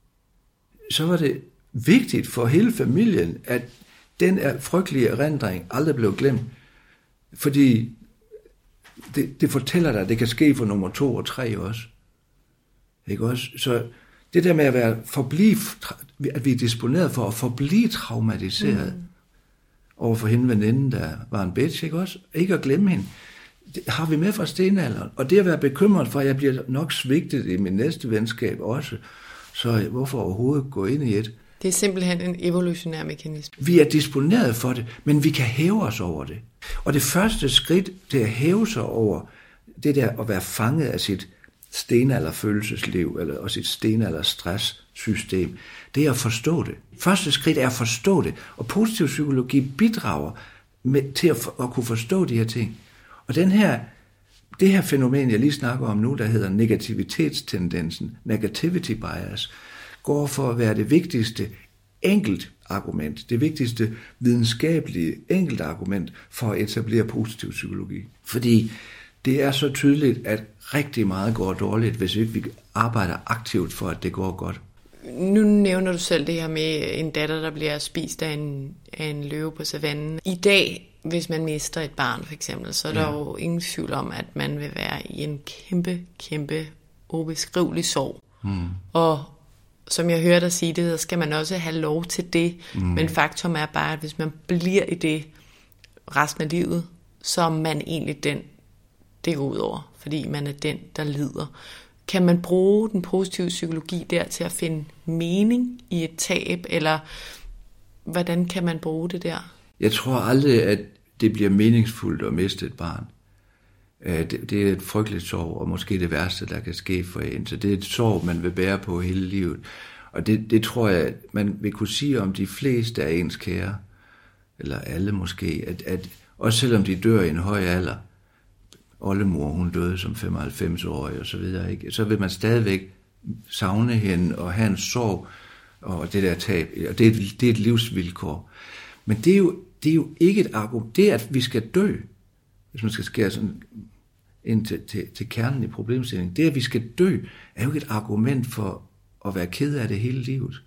S3: så var det vigtigt for hele familien, at den frygtelige erindring aldrig blev glemt. Fordi det, det fortæller dig, at det kan ske for nummer to og tre også. Ikke også? Så det der med at være forblive, at vi er disponeret for at forblive traumatiseret mm. over for hende veninden, der var en bitch, ikke også? Ikke at glemme hende. Det har vi med fra stenalderen. Og det at være bekymret for, at jeg bliver nok svigtet i min næste venskab også. Så hvorfor overhovedet gå ind i et?
S2: Det er simpelthen en evolutionær mekanisme.
S3: Vi er disponeret for det, men vi kan hæve os over det. Og det første skridt til at hæve sig over det der at være fanget af sit stenalderfølelsesliv eller og sit stenalderstresssystem, det er at forstå det. Første skridt er at forstå det. Og positiv psykologi bidrager med, til at, for, at kunne forstå de her ting. Og den her, det her fænomen, jeg lige snakker om nu, der hedder negativitetstendensen, negativity bias, går for at være det vigtigste enkelt argument, det vigtigste videnskabelige enkelt argument for at etablere positiv psykologi. Fordi det er så tydeligt, at rigtig meget går dårligt, hvis ikke vi arbejder aktivt for, at det går godt.
S2: Nu nævner du selv det her med en datter, der bliver spist af en, af en løve på savannen. I dag, hvis man mister et barn for eksempel, så er der ja. jo ingen tvivl om, at man vil være i en kæmpe, kæmpe ubeskrivelig sorg. Mm. Og som jeg hører dig sige det, så skal man også have lov til det. Mm. Men faktum er bare, at hvis man bliver i det resten af livet, så er man egentlig den, det går ud over, fordi man er den, der lider. Kan man bruge den positive psykologi der til at finde mening i et tab, eller hvordan kan man bruge det der?
S3: Jeg tror aldrig, at det bliver meningsfuldt at miste et barn. Det, det er et frygteligt sorg, og måske det værste, der kan ske for en. Så det er et sorg, man vil bære på hele livet. Og det, det tror jeg, man vil kunne sige om de fleste af ens kære, eller alle måske, at, at også selvom de dør i en høj alder, oldemor, hun døde som femoghalvfems-årig og så videre, ikke? Så vil man stadigvæk savne hende og have en sorg og det der tab. Og det er, et, det er et livsvilkår. Men det er jo, det er jo ikke et argument. Det er, at vi skal dø, hvis man skal skære sådan ind til, til, til kernen i problemstillingen. Det, at vi skal dø, er jo ikke et argument for at være ked af det hele livet.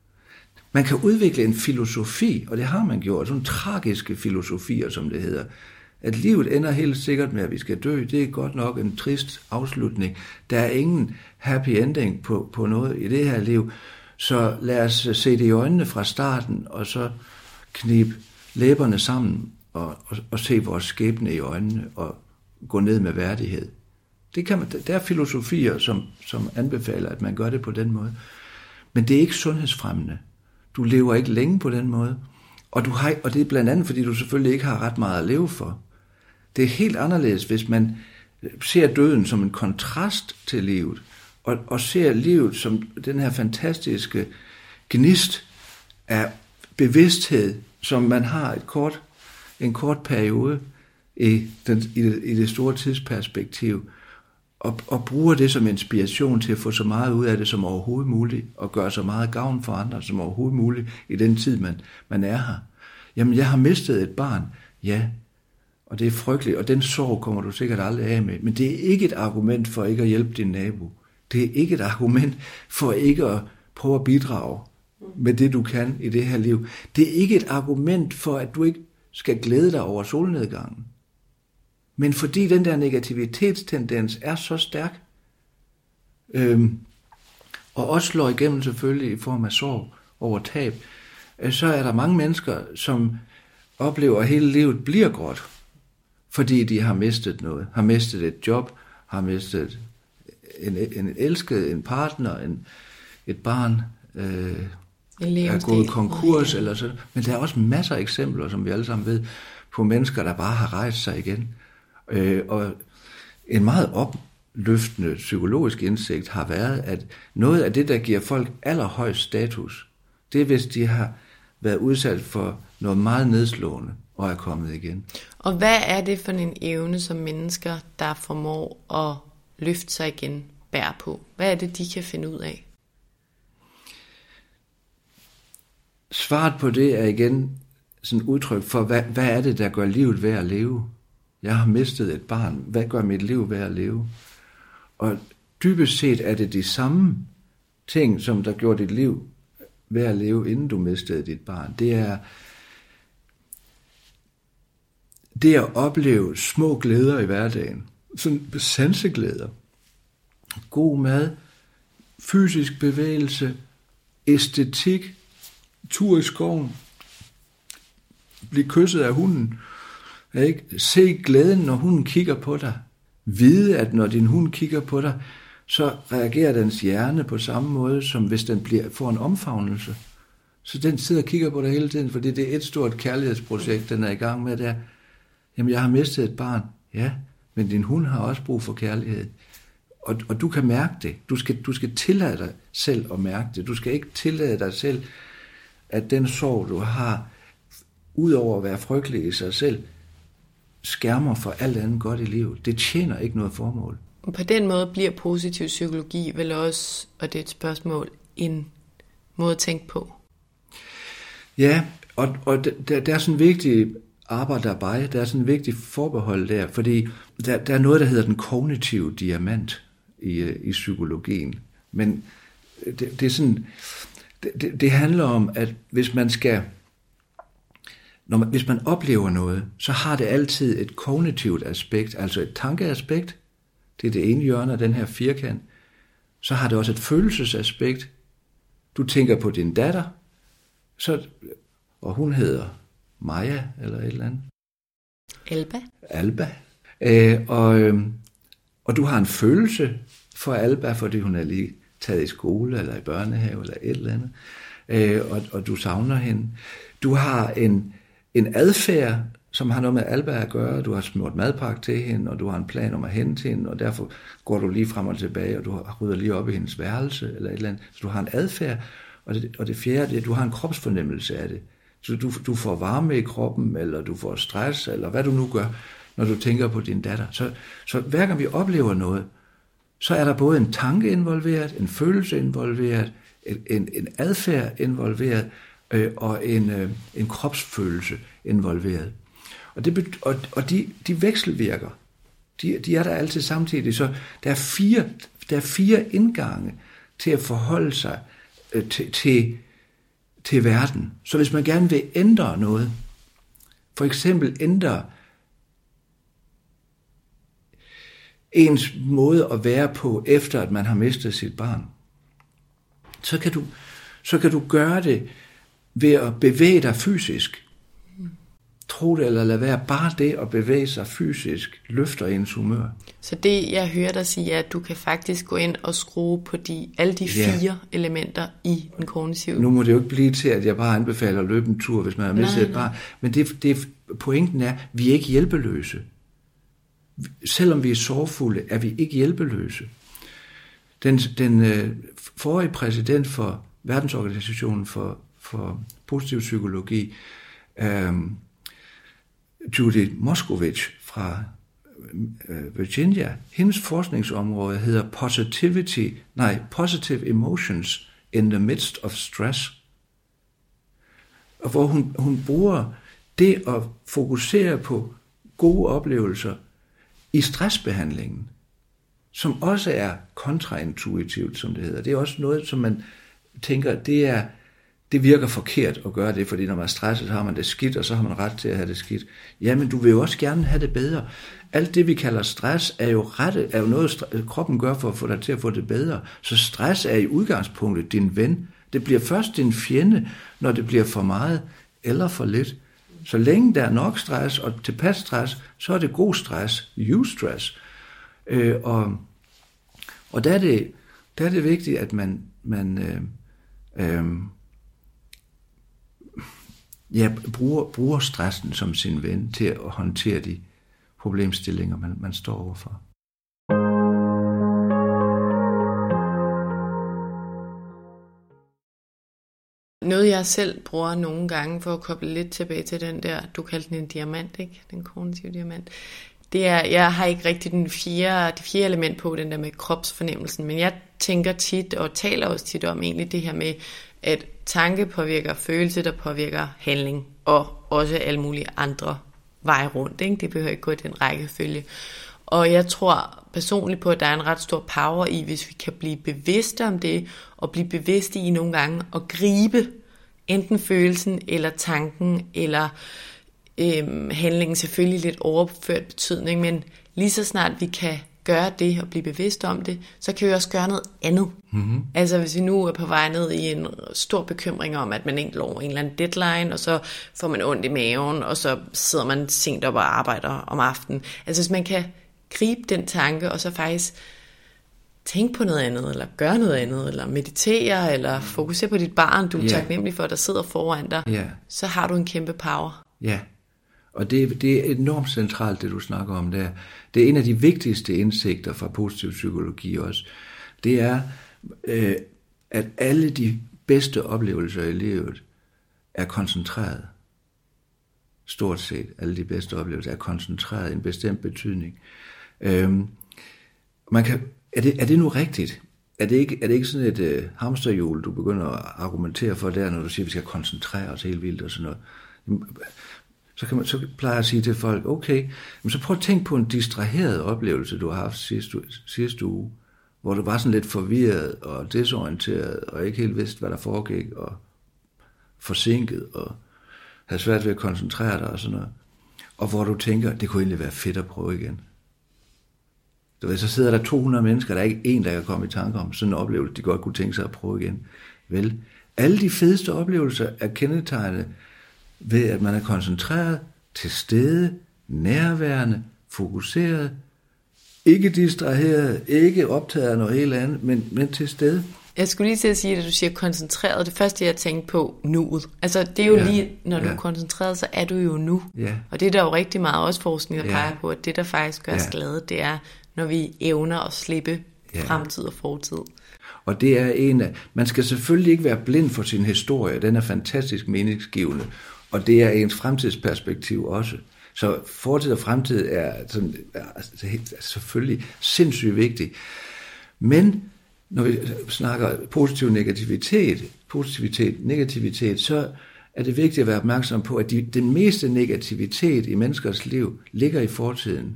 S3: Man kan udvikle en filosofi, og det har man gjort, sådan tragiske filosofier, som det hedder. At livet ender helt sikkert med, at vi skal dø, det er godt nok en trist afslutning. Der er ingen happy ending på, på noget i det her liv. Så lad os se det i øjnene fra starten, og så knibe læberne sammen, og, og, og se vores skæbne i øjnene, og gå ned med værdighed. Det kan man, der er filosofier, som, som anbefaler, at man gør det på den måde. Men det er ikke sundhedsfremmende. Du lever ikke længe på den måde. Og, du har, og det er blandt andet, fordi du selvfølgelig ikke har ret meget at leve for. Det er helt anderledes, hvis man ser døden som en kontrast til livet, og, og ser livet som den her fantastiske gnist af bevidsthed, som man har et kort, en kort periode i, den, i, det, i det store tidsperspektiv, og, og bruger det som inspiration til at få så meget ud af det som overhovedet muligt, og gøre så meget gavn for andre som overhovedet muligt i den tid, man, man er her. Jamen, jeg har mistet et barn. Ja, og det er frygteligt, og den sorg kommer du sikkert aldrig af med. Men det er ikke et argument for ikke at hjælpe din nabo. Det er ikke et argument for ikke at prøve at bidrage med det, du kan i det her liv. Det er ikke et argument for, at du ikke skal glæde dig over solnedgangen. Men fordi den der negativitetstendens er så stærk, øhm, og også slår igennem selvfølgelig i form af sorg over tab, øh, så er der mange mennesker, som oplever, at hele livet bliver gråt, fordi de har mistet noget, har mistet et job, har mistet en, en elsket, en partner, en, et barn, øh, er gået konkurs, eller sådan. Men der er også masser af eksempler, som vi alle sammen ved, på mennesker, der bare har rejst sig igen. Øh, og en meget opløftende psykologisk indsigt har været, at noget af det, der giver folk allerhøjst status, det er, hvis de har været udsat for noget meget nedslående og er kommet igen.
S2: Og hvad er det for en evne, som mennesker, der formår at løfte sig igen, bærer på? Hvad er det, de kan finde ud af?
S3: Svaret på det er igen sådan et udtryk for, hvad, hvad er det, der gør livet værd at leve? Jeg har mistet et barn. Hvad gør mit liv værd at leve? Og dybest set er det de samme ting, som der gjorde dit liv værd at leve, inden du mistede dit barn. Det er det at opleve små glæder i hverdagen. Sådan sanseglæder. God mad, fysisk bevægelse, æstetik, tur i skoven, blive kysset af hunden, ikke? Se glæden, når hunden kigger på dig. Vide, at når din hund kigger på dig, så reagerer dens hjerne på samme måde, som hvis den bliver, får en omfavnelse. Så den sidder og kigger på dig hele tiden, fordi det er et stort kærlighedsprojekt, den er i gang med der. Jamen, jeg har mistet et barn. Ja, men din hund har også brug for kærlighed. Og, og du kan mærke det. Du skal, du skal tillade dig selv at mærke det. Du skal ikke tillade dig selv, at den sorg, du har, udover at være frygtelig i sig selv, skærmer for alt andet godt i livet. Det tjener ikke noget formål.
S2: På den måde bliver positiv psykologi vel også, og det er et spørgsmål, en måde at tænke på.
S3: Ja, og, og der, der er sådan en vigtig arbejde dabei, der er sådan en vigtig forbehold der, fordi der, der er noget, der hedder den kognitive diamant i, i psykologien. Men det, det er sådan, det, det handler om, at hvis man skal Når man, hvis man oplever noget, så har det altid et kognitivt aspekt, altså et tankeaspekt. Det er det ene hjørne af den her firkant. Så har det også et følelsesaspekt. du tænker på din datter, så, og hun hedder Maja, eller et eller andet.
S2: Alba.
S3: Alba. Øh, og, øh, og du har en følelse for Alba, fordi hun er lige taget i skole, eller i børnehave, eller et eller andet. Øh, og, og du savner hende. Du har en, en adfærd, som har noget med Alba at gøre. Du har smurt madpakke til hende, og du har en plan om at hente hende, og derfor går du lige frem og tilbage, og du rydder lige op i hendes værelse, eller et eller andet. Så du har en adfærd, og det, og det fjerde, det er, at du har en kropsfornemmelse af det. Så du, du får varme i kroppen, eller du får stress, eller hvad du nu gør, når du tænker på din datter. Så, så hver gang vi oplever noget, så er der både en tanke involveret, en følelse involveret, en, en, en adfærd involveret, øh, og en, øh, en kropsfølelse involveret. Og, det, og, og de, de vekselvirker. De, de er der altid samtidig. Så der er fire, der er fire indgange til at forholde sig øh, til, til, til verden. Så hvis man gerne vil ændre noget, for eksempel ændre ens måde at være på, efter at man har mistet sit barn, så kan du, så kan du gøre det ved at bevæge dig fysisk. Tro det eller lad være, bare det at bevæge sig fysisk løfter ens humør.
S2: Så det, jeg hører dig sige, er, at du kan faktisk gå ind og skrue på de, alle de fire ja. elementer i den kognitive.
S3: Nu må det jo ikke blive til, at jeg bare anbefaler at løbe en tur, hvis man har mistet et barn. Men det, det, pointen er, at vi er ikke hjælpeløse. Selvom vi er sorgfulde, er vi ikke hjælpeløse. Den, den øh, forrige præsident for Verdensorganisationen for, for positiv psykologi, øh, Judith Moskovich fra øh, Virginia, hendes forskningsområde hedder Positivity, nej, Positive Emotions in the Midst of Stress. Og hvor hun, hun bruger det at fokusere på gode oplevelser i stressbehandlingen, som også er kontraintuitivt, som det hedder. Det er også noget, som man tænker, det er det virker forkert at gøre det, fordi når man er stresset, så har man det skidt, og så har man ret til at have det skidt. Jamen, du vil jo også gerne have det bedre. Alt det, vi kalder stress, er jo, rette, er jo noget, kroppen gør for at få dig til at få det bedre. Så stress er i udgangspunktet din ven. Det bliver først din fjende, når det bliver for meget eller for lidt. Så længe der er nok stress og tilpas stress, så er det god stress, eustress. Øh, og og der, er det, der er det vigtigt, at man, man øh, øh, ja, bruger, bruger stressen som sin ven til at håndtere de problemstillinger, man, man står overfor.
S2: Noget jeg selv bruger nogle gange for at koble lidt tilbage til den der, du kaldte den en diamant, ikke? Den kognitive diamant. Det er, jeg har ikke rigtig den fjerde, det fjerde element på, den der med kropsfornemmelsen, men jeg tænker tit og taler også tit om egentlig det her med, at tanke påvirker følelse, der påvirker handling, og også alle mulige andre veje rundt, ikke? Det behøver ikke gå i den rækkefølge. Og jeg tror personligt på, at der er en ret stor power i, hvis vi kan blive bevidste om det, og blive bevidste i nogle gange at gribe enten følelsen, eller tanken, eller øhm, handlingen, selvfølgelig lidt overført betydning, men lige så snart vi kan gøre det og blive bevidste om det, så kan vi også gøre noget andet. Mm-hmm. Altså hvis vi nu er på vej ned i en stor bekymring om, at man ikke når en eller anden deadline, og så får man ondt i maven, og så sidder man sent op og arbejder om aftenen. Altså hvis man kan gribe den tanke, og så faktisk tænke på noget andet, eller gøre noget andet, eller meditere, eller fokusere på dit barn, du er yeah. taknemmelig for, der sidder foran dig, yeah. så har du en kæmpe power.
S3: Ja, og det, det er enormt centralt, det du snakker om der. Det er en af de vigtigste indsigter fra positiv psykologi også. Det er, øh, at alle de bedste oplevelser i livet er koncentreret. Stort set alle de bedste oplevelser er koncentreret i en bestemt betydning. Øhm, man kan, er, det, er det nu rigtigt? Er det ikke, er det ikke sådan et øh, hamsterhjul, du begynder at argumentere for der, når du siger, at vi skal koncentrere os helt vildt og sådan noget? Så, kan man, så plejer jeg at sige til folk, okay, men så prøv at tænke på en distraheret oplevelse, du har haft sidste, sidste uge, hvor du var sådan lidt forvirret og desorienteret, og ikke helt vidste, hvad der foregik, og forsinket, og havde svært ved at koncentrere dig og sådan noget. Og hvor du tænker, det kunne egentlig være fedt at prøve igen. Du ved, så sidder der to hundrede mennesker, der er ikke en, der kan komme i tanke om sådan en oplevelse, de godt kunne tænke sig at prøve igen. Vel, alle de fedeste oplevelser er kendetegnet ved, at man er koncentreret, til stede, nærværende, fokuseret, ikke distraheret, ikke optaget af noget helt andet, men, men til stede.
S2: Jeg skulle lige til at sige, at du siger koncentreret. Det første, jeg tænkte på, nuet. Altså, det er jo ja, lige, når du ja. er koncentreret, så er du jo nu. Ja. Og det er der jo rigtig meget også forskning, der ja. peger på, at det, der faktisk gør os ja. glade, det er, når vi evner at slippe ja. fremtid og fortid.
S3: Og det er en af, man skal selvfølgelig ikke være blind for sin historie, den er fantastisk meningsgivende, og det er ens fremtidsperspektiv også. Så fortid og fremtid er, sådan, er selvfølgelig sindssygt vigtigt. Men når vi snakker positiv negativitet, positivitet, negativitet, så er det vigtigt at være opmærksom på, at de, den meste negativitet i menneskers liv ligger i fortiden.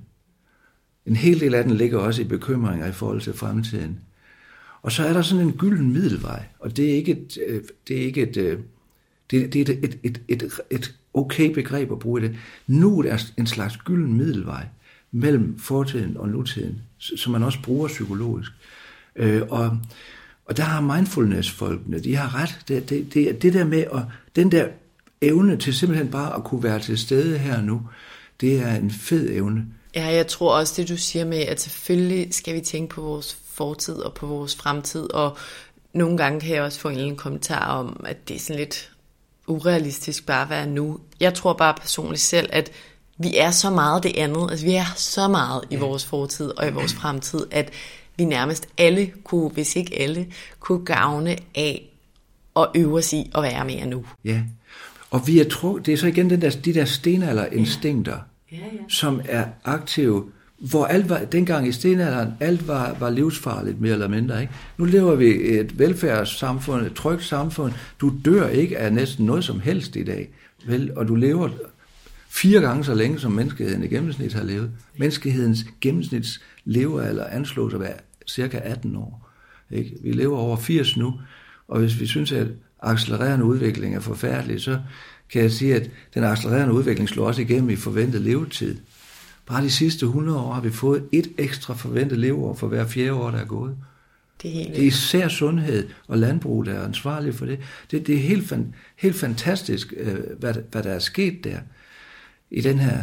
S3: En hel del af den ligger også i bekymringer i forhold til fremtiden. Og så er der sådan en gylden middelvej, og det er ikke et, det er ikke et, det, det er et, et, et, et okay begreb at bruge det. Nu er en slags gylden middelvej mellem fortiden og nutiden, som man også bruger psykologisk. Øh, og, og der har mindfulness-folkene, de har ret. Det, det, det, det der med, at, den der evne til simpelthen bare at kunne være til stede her nu, det er en fed evne.
S2: Ja, jeg tror også det, du siger med, at selvfølgelig skal vi tænke på vores fortid og på vores fremtid, og nogle gange kan jeg også få en eller anden kommentar om, at det er sådan lidt urealistisk bare at være nu. Jeg tror bare personligt selv, at vi er så meget det andet, altså vi er så meget i vores fortid og i vores fremtid, at vi nærmest alle kunne, hvis ikke alle, kunne gavne af at øve os i at være mere nu.
S3: Ja, og vi er tro, det er så igen den der, de der stenalderinstinkter, ja. Ja, ja. Som er aktive, hvor alt var, dengang i stenalderen, alt var, var livsfarligt mere eller mindre. Ikke? Nu lever vi i et velfærdssamfund, et trygt samfund. Du dør ikke af næsten noget som helst i dag, vel? Og du lever fire gange så længe, som menneskeheden i gennemsnit har levet. Menneskehedens gennemsnits levealder anslås at være cirka atten år. Ikke? Vi lever over firs nu, og hvis vi synes, at accelererende udvikling er forfærdelig, så kan jeg sige, at den accelererende udvikling slår også igennem i forventet levetid. Bare de sidste hundrede år har vi fået et ekstra forventet leveår for hver fjerde år, der er gået. Det er, helt det er især sundhed og landbrug, der er ansvarlige for det. Det, det er helt, fan, helt fantastisk, hvad, hvad der er sket der i den her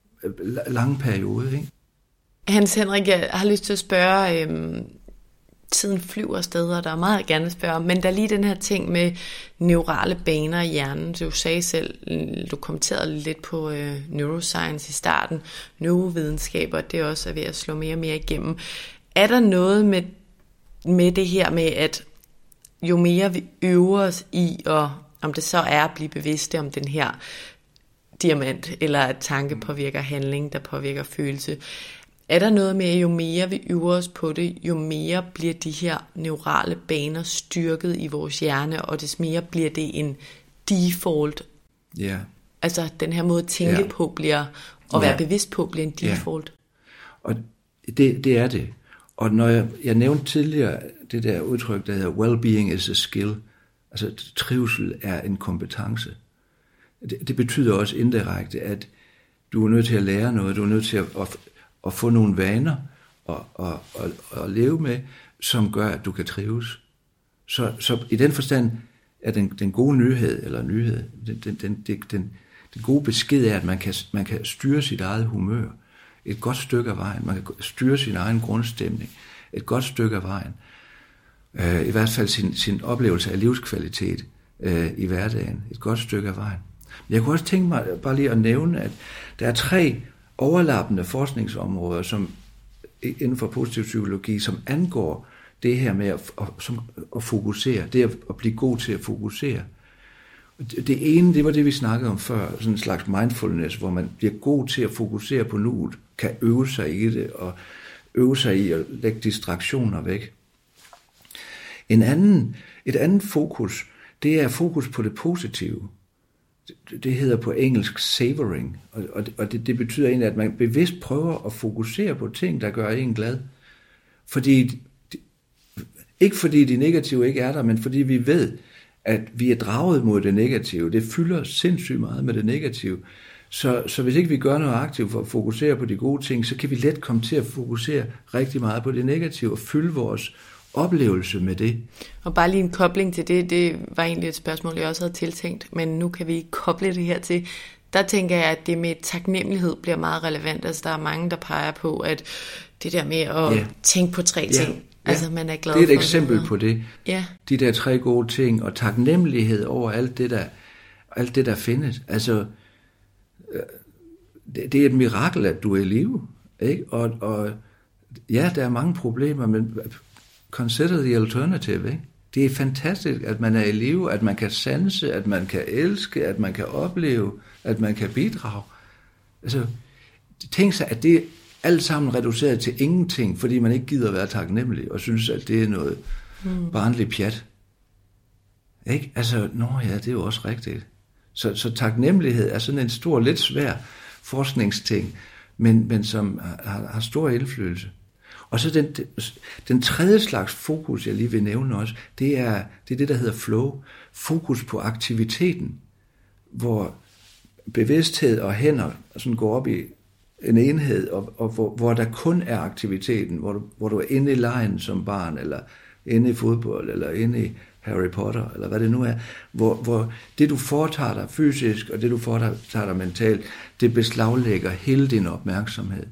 S3: lange periode. Ikke?
S2: Hans Henrik, jeg har lyst til at spørge, øhm, tiden flyver afsted, og der er meget, jeg gerne vil spørge om, men der er lige den her ting med neurale baner i hjernen. Du sagde selv, du kommenterede lidt på øh, neuroscience i starten, neurovidenskaber, det er også ved at slå mere og mere igennem. Er der noget med, med det her med, at jo mere vi øver os i, og om det så er at blive bevidste om den her diamant, eller at tanke påvirker handling, der påvirker følelse, er der noget med, at jo mere vi øver os på det, jo mere bliver de her neurale baner styrket i vores hjerne, og des mere bliver det en default.
S3: Ja. Yeah.
S2: Altså den her måde at tænke yeah. på bliver, og være yeah. bevidst på, bliver en default.
S3: Yeah. Og det, det er det. Og når jeg, jeg nævnte tidligere det der udtryk, der hedder well-being is a skill, altså trivsel er en kompetence. Det, det betyder også indirekte, at du er nødt til at lære noget, du er nødt til at, at og få nogle vaner og, og, og, og leve med, som gør, at du kan trives. Så, så i den forstand er den, den gode nyhed, eller nyhed, den, den, den, den, den gode besked er, at man kan, man kan styre sit eget humør et godt stykke af vejen. Man kan styre sin egen grundstemning et godt stykke af vejen. Øh, I hvert fald sin, sin oplevelse af livskvalitet øh, i hverdagen et godt stykke af vejen. Jeg kunne også tænke mig bare lige at nævne, at der er tre overlappende forskningsområder som inden for positiv psykologi, som angår det her med at, at, som, at fokusere, det at, at blive god til at fokusere. Det, det ene, det var det, vi snakkede om før, sådan en slags mindfulness, hvor man bliver god til at fokusere på nuet, kan øve sig i det, og øve sig i at lægge distraktioner væk. En anden, et andet fokus, det er fokus på det positive. Det hedder på engelsk savoring, og, og det, det betyder egentlig, at man bevidst prøver at fokusere på ting, der gør en glad. Fordi, ikke fordi de negative ikke er der, men fordi vi ved, at vi er draget mod det negative. Det fylder sindssygt meget med det negative. Så, så hvis ikke vi gør noget aktivt for at fokusere på de gode ting, så kan vi let komme til at fokusere rigtig meget på det negative og fylde vores oplevelse med det.
S2: Og bare lige en kobling til det, det var egentlig et spørgsmål, jeg også havde tiltænkt, men nu kan vi koble det her til. Der tænker jeg, at det med taknemmelighed bliver meget relevant. Altså, der er mange, der peger på, at det der med at ja. tænke på tre ting, ja. altså man er glad for.
S3: Det er et eksempel på det.
S2: Ja.
S3: De der tre gode ting, og taknemmelighed over alt det, der, alt det, der findes. Altså, det, det er et mirakel, at du er i live, ikke? Og, og ja, der er mange problemer, men consider the alternative, ikke? Det er fantastisk, at man er i live, at man kan sanse, at man kan elske, at man kan opleve, at man kan bidrage. Altså, tænk sig, at det er alt sammen reduceret til ingenting, fordi man ikke gider at være taknemmelig, og synes, at det er noget mm. barnligt pjat. Ikke? Altså, nå ja, det er jo også rigtigt. Så, så taknemmelighed er sådan en stor, lidt svær forskningsting, men, men som har, har stor indflydelse. Og så den, den tredje slags fokus, jeg lige vil nævne også, det er det, er det der hedder flow. Fokus på aktiviteten, hvor bevidsthed og hænder sådan går op i en enhed, og, og hvor, hvor der kun er aktiviteten, hvor du, hvor du er inde i legen som barn, eller inde i fodbold, eller inde i Harry Potter, eller hvad det nu er, hvor, hvor det du foretager dig fysisk, og det du foretager dig mentalt, det beslaglægger hele din opmærksomhed.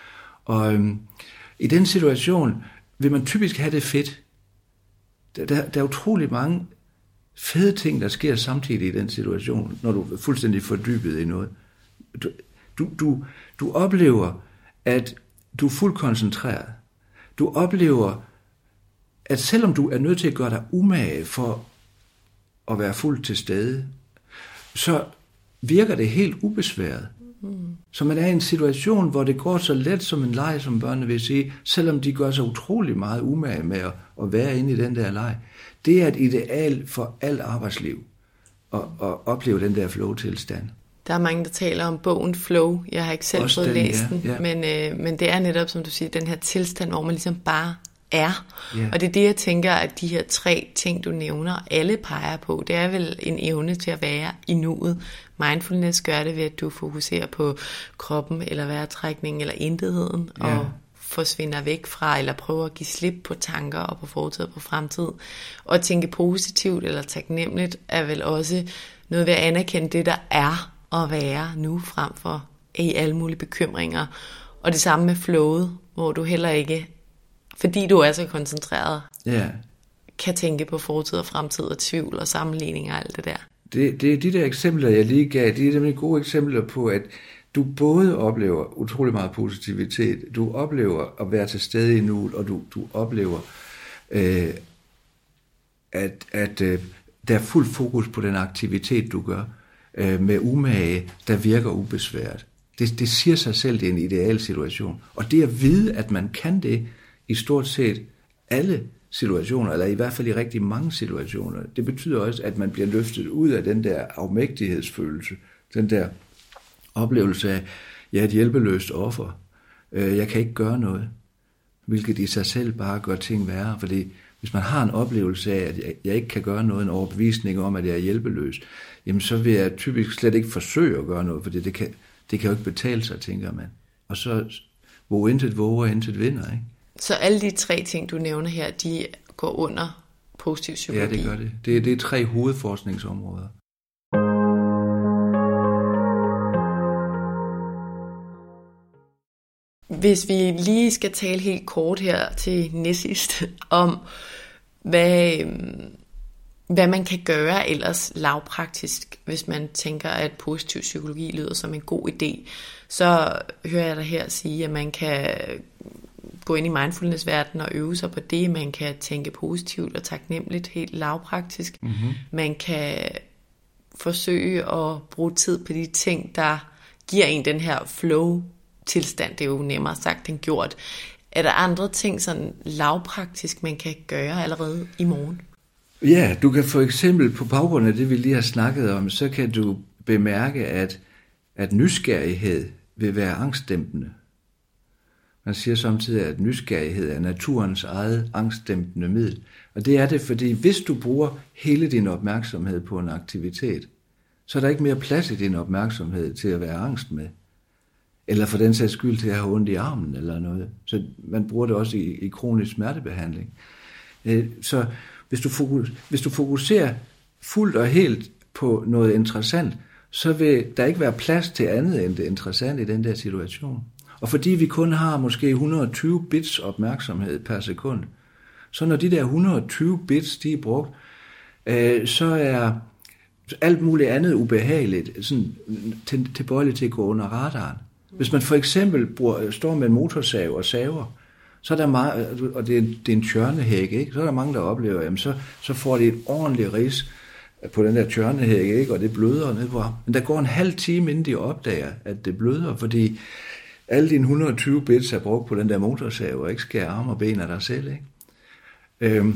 S3: Og øhm, i den situation vil man typisk have det fedt. Der, der, der er utrolig mange fede ting, der sker samtidig i den situation, når du er fuldstændig fordybet i noget. Du, du, du, du oplever, at du er fuldt koncentreret. Du oplever, at selvom du er nødt til at gøre dig umage for at være fuldt til stede, så virker det helt ubesværet. Mm. Så man er i en situation, hvor det går så let som en leg, som børnene vil sige, selvom de gør sig utrolig meget umage med at, at være inde i den der leg. Det er et ideal for alt arbejdsliv, at, at opleve den der flow-tilstand. Der
S2: er mange, der taler om bogen Flow. Jeg har ikke selv også fået den, læst ja, den, ja. Men, øh, men det er netop, som du siger, den her tilstand, hvor man ligesom bare er. Yeah. Og det er det, jeg tænker, at de her tre ting, du nævner, alle peger på, det er vel en evne til at være i nuet. Mindfulness gør det ved, at du fokuserer på kroppen, eller vejrtrækningen, eller intetheden, yeah. og forsvinder væk fra, eller prøver at give slip på tanker, og på fortid og på fremtid. Og at tænke positivt, eller taknemmeligt, er vel også noget ved at anerkende det, der er at være nu, frem for i alle mulige bekymringer. Og det samme med flowet, hvor du heller ikke, fordi du er så koncentreret, yeah. kan tænke på fortid og fremtid og tvivl og sammenligning og alt det der.
S3: Det, det er de der eksempler, jeg lige gav, det er nemlig gode eksempler på, at du både oplever utrolig meget positivitet, du oplever at være til stede i nuet, og du, du oplever, øh, at, at øh, der er fuld fokus på den aktivitet, du gør, øh, med umage, der virker ubesværet. Det, det siger sig selv, det er en ideal situation. Og det at vide, at man kan det i stort set alle situationer, eller i hvert fald i rigtig mange situationer, det betyder også, at man bliver løftet ud af den der afmægtighedsfølelse, den der oplevelse af, jeg er et hjælpeløst offer, jeg kan ikke gøre noget, hvilket i sig selv bare gør ting værre, fordi hvis man har en oplevelse af, at jeg ikke kan gøre noget, en overbevisning om, at jeg er hjælpeløs, jamen så vil jeg typisk slet ikke forsøge at gøre noget, fordi det kan, det kan jo ikke betale sig, tænker man. Og så, hvor intet våger, intet vinder, ikke?
S2: Så alle de tre ting, du nævner her, de går under positiv psykologi?
S3: Ja, det gør det. Det, det er tre hovedforskningsområder.
S2: Hvis vi lige skal tale helt kort her til næstsidst om, hvad, hvad man kan gøre ellers lavpraktisk, hvis man tænker, at positiv psykologi lyder som en god idé, så hører jeg dig her sige, at man kan gå ind i mindfulness-verdenen og øve sig på det. Man kan tænke positivt og taknemmeligt, helt lavpraktisk. Mm-hmm. Man kan forsøge at bruge tid på de ting, der giver en den her flow-tilstand. Det er jo nemmere sagt end gjort. Er der andre ting, sådan lavpraktisk, man kan gøre allerede i morgen?
S3: Ja, du kan for eksempel på baggrund af det, vi lige har snakket om, så kan du bemærke, at, at nysgerrighed vil være angstdæmpende. Man siger samtidig, at nysgerrighed er naturens eget angstdæmpende middel. Og det er det, fordi hvis du bruger hele din opmærksomhed på en aktivitet, så er der ikke mere plads i din opmærksomhed til at være angst med. Eller for den sags skyld til at have ondt i armen eller noget. Så man bruger det også i, i kronisk smertebehandling. Så hvis du, fokus, hvis du fokuserer fuldt og helt på noget interessant, så vil der ikke være plads til andet end det interessante i den der situation. Og fordi vi kun har måske et hundrede og tyve bits opmærksomhed per sekund, så når de der et hundrede og tyve bits, de er brugt, øh, så er alt muligt andet ubehageligt, sådan til, tilbøjeligt til at gå under radaren. Hvis man for eksempel bruger, står med en motorsav og saver, så er der meget, og det er, det er en tjørnehæk, ikke? Så er der mange, der oplever, jamen så, så får de et ordentligt ris på den der tjørnehæk, ikke? Og det bløder ned på ham. Men der går en halv time, inden de opdager, at det bløder, fordi alle dine et hundrede og tyve bits er brugt på den der motorsav, og ikke skærer arme og ben af dig selv, ikke? Øhm,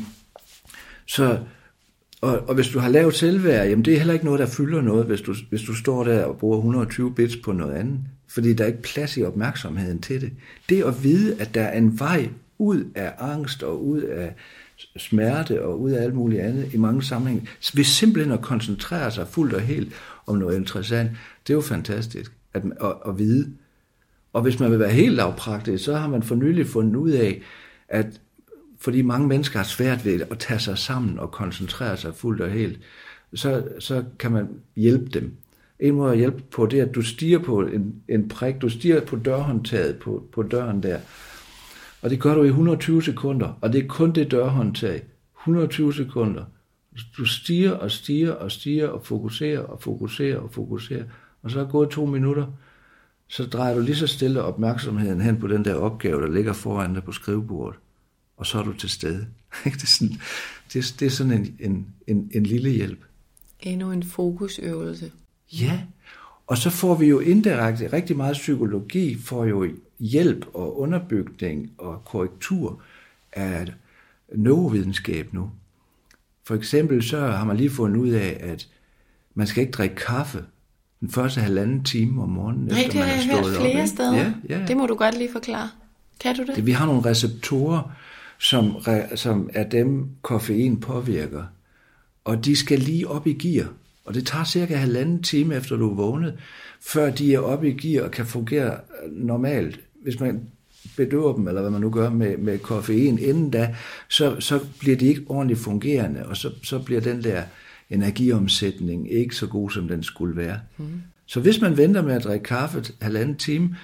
S3: så, og, og hvis du har lavet selvværd, jamen det er heller ikke noget, der fylder noget, hvis du, hvis du står der og bruger et hundrede og tyve bits på noget andet, fordi der er ikke plads i opmærksomheden til det. Det at vide, at der er en vej ud af angst og ud af smerte og ud af alt muligt andet i mange sammenhænge, ved simpelthen at koncentrere sig fuldt og helt om noget interessant, det er jo fantastisk at, at, at vide. Og hvis man vil være helt lavpraktisk, så har man for nylig fundet ud af, at fordi mange mennesker har svært ved at tage sig sammen og koncentrere sig fuldt og helt, så, så kan man hjælpe dem. En måde at hjælpe på, det er, at du stiger på en, en prik, du stiger på dørhåndtaget på, på døren der, og det gør du i et hundrede og tyve sekunder, og det er kun det dørhåndtag. et hundrede og tyve sekunder. Du stiger og stiger og stiger og fokuserer og fokuserer og fokuserer, og så er gået to minutter, så drejer du lige så stille opmærksomheden hen på den der opgave, der ligger foran dig på skrivebordet, og så er du til stede. Det er sådan, det er, det er sådan en, en, en, en lille hjælp.
S2: Endnu en fokusøvelse.
S3: Ja, og så får vi jo indirekte rigtig meget psykologi, får jo hjælp og underbygning og korrektur af neurovidenskab nu. For eksempel så har man lige fundet ud af, at man skal ikke drikke kaffe den første halvanden time om morgenen.
S2: Nej, det har jeg hørt flere op, steder.
S3: Ja, ja.
S2: Det må du godt lige forklare. Kan du det?
S3: det vi har nogle receptorer, som, som er dem, koffein påvirker. Og de skal lige op i gear. Og det tager cirka halvanden time efter du er vågnet, før de er oppe i gear og kan fungere normalt. Hvis man bedøver dem, eller hvad man nu gør med, med koffein inden da, så, så bliver de ikke ordentligt fungerende, og så, så bliver den der energiomsætning ikke så god, som den skulle være. Mm. Så hvis man venter med at drikke kaffe halvanden time,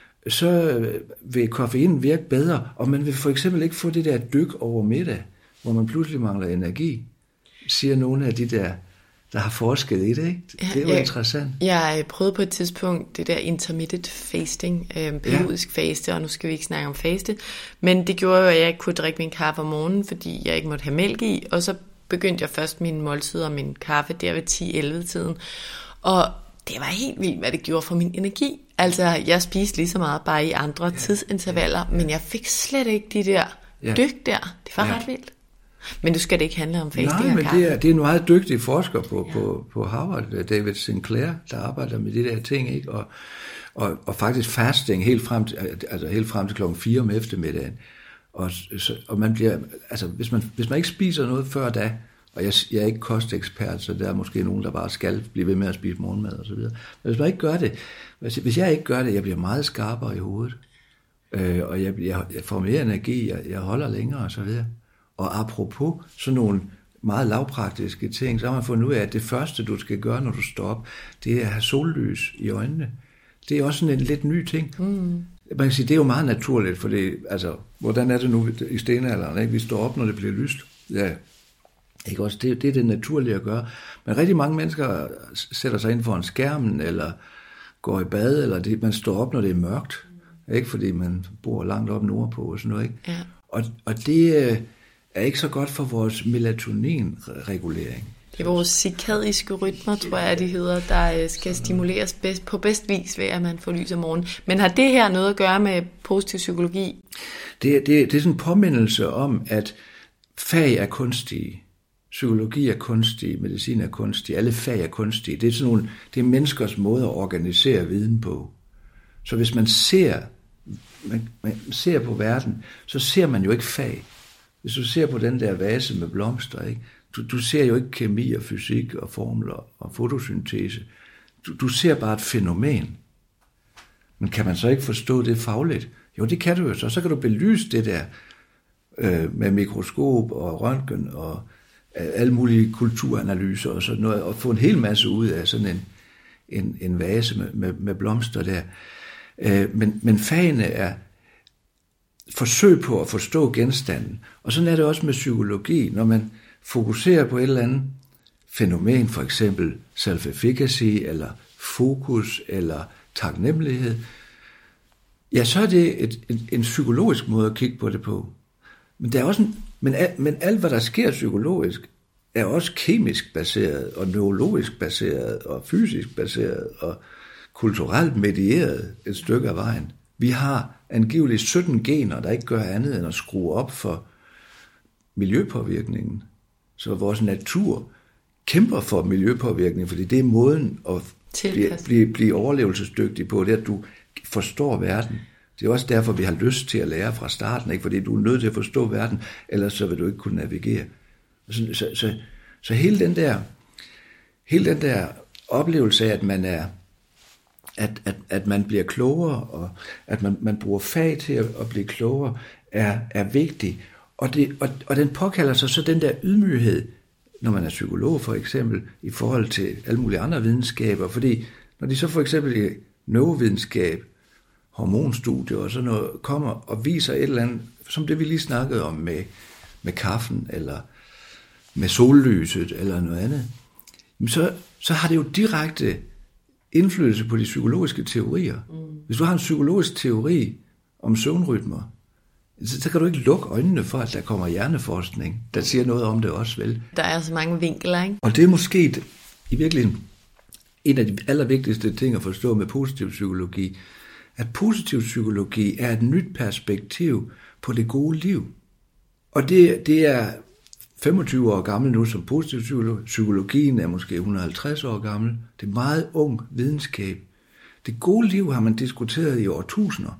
S3: så vil koffeinen virke bedre, og man vil for eksempel ikke få det der dyk over middag, hvor man pludselig mangler energi, siger nogle af de der, der har forsket i det, ikke? Det er jo
S2: jeg,
S3: interessant.
S2: Jeg prøvede på et tidspunkt det der intermittent fasting, øh, periodisk ja. faste, og nu skal vi ikke snakke om faste, men det gjorde jo, at jeg ikke kunne drikke min kaffe om morgenen, fordi jeg ikke måtte have mælk i, og så begyndte jeg først mine måltider og min kaffe der ved ti elleve tiden, og det var helt vildt, hvad det gjorde for min energi. Altså, jeg spiste lige så meget bare i andre ja. tidsintervaller, ja. Ja. men jeg fik slet ikke de der ja. dyk der. Det var ja. ret vildt. Men du skal det ikke handle om fasting og kaffe.
S3: Nej, men det er, det er en meget dygtig forsker på, ja. på, på Harvard, David Sinclair, der arbejder med de der ting, ikke? Og, og, og faktisk fasting helt frem til, altså helt frem til klokken fire om eftermiddagen. Og, så, og man bliver, altså hvis man, hvis man ikke spiser noget før da, og jeg, jeg er ikke kostekspert, så der er måske nogen, der bare skal blive ved med at spise morgenmad og så videre. Men hvis man ikke gør det, hvis, hvis jeg ikke gør det, jeg bliver meget skarpere i hovedet, øh, og jeg, jeg, jeg får mere energi, jeg, jeg holder længere og så videre. Og apropos sådan nogle meget lavpraktiske ting, så har man fundet ud af, at det første, du skal gøre, når du står op, det er at have sollys i øjnene. Det er også sådan en lidt ny ting. Mm. Man kan sige, det er jo meget naturligt, for det, altså, hvordan er det nu i stenalderen, ikke? Vi står op, når det bliver lyst. Ja, ikke også? Det, det er det naturlige at gøre. Men rigtig mange mennesker sætter sig ind foran skærmen, eller går i bad, eller det, man står op, når det er mørkt. Ikke? Fordi man bor langt op nordpå og sådan noget. Ikke?
S2: Ja.
S3: Og, og det er ikke så godt for vores melatoninregulering.
S2: Det er vores cirkadiske rytmer, tror jeg, de hedder, der skal stimuleres bedst, på bedst vis ved, at man får lys om morgenen. Men har det her noget at gøre med positiv psykologi?
S3: Det, det, det er sådan en påmindelse om, at fag er kunstige. Psykologi er kunstig, medicin er kunstig, alle fag er kunstige. Det er sådan nogle, det er menneskers måde at organisere viden på. Så hvis man ser, man, man ser på verden, så ser man jo ikke fag. Hvis du ser på den der vase med blomster, ikke? Du, du ser jo ikke kemi og fysik og formler og fotosyntese. Du, du ser bare et fænomen. Men kan man så ikke forstå det fagligt? Jo, det kan du jo så. Så kan du belyse det der øh, med mikroskop og røntgen og øh, alle mulige kulturanalyser og sådan noget, og få en hel masse ud af sådan en, en, en vase med, med, med blomster der. Øh, men, men fagene er forsøg på at forstå genstanden. Og sådan er det også med psykologi, når man fokuserer på et eller andet fænomen, for eksempel self-efficacy, eller fokus, eller taknemmelighed, ja, så er det et, en, en psykologisk måde at kigge på det på. Men, der er også en, men, al, men alt, hvad der sker psykologisk, er også kemisk baseret, og neurologisk baseret, og fysisk baseret, og kulturelt medieret et stykke af vejen. Vi har angiveligt sytten gener, der ikke gør andet end at skrue op for miljøpåvirkningen. Så vores natur kæmper for miljøpåvirkning, fordi det er måden at blive, blive, blive overlevelsesdygtig på, det er, at du forstår verden. Det er også derfor, vi har lyst til at lære fra starten, ikke? Fordi du er nødt til at forstå verden, ellers så vil du ikke kunne navigere. Så, så, så, så hele den der, hele den der oplevelse af, at man er At, at, at man bliver klogere, og at man, man bruger fag til at, at blive klogere, er, er vigtig. Og, det, og, og den påkalder sig så den der ydmyghed, når man er psykolog for eksempel, i forhold til alle mulige andre videnskaber. Fordi når de så for eksempel i neurovidenskab, hormonstudier og sådan noget, kommer og viser et eller andet, som det vi lige snakkede om med, med kaffen, eller med sollyset, eller noget andet, så, så har det jo direkte indflydelse på de psykologiske teorier. Mm. Hvis du har en psykologisk teori om søvnrytmer, så, så kan du ikke lukke øjnene for, at der kommer hjerneforskning, der siger noget om det også, vel?
S2: Der er så mange vinkler, ikke?
S3: Og det er måske i virkeligheden en af de allervigtigste ting at forstå med positiv psykologi, at positiv psykologi er et nyt perspektiv på det gode liv. Og det, det er femogtyve år gammel nu som positiv psykolog. Psykologien er måske et hundrede og halvtreds år gammel. Det er meget ung videnskab. Det gode liv har man diskuteret i årtusinder.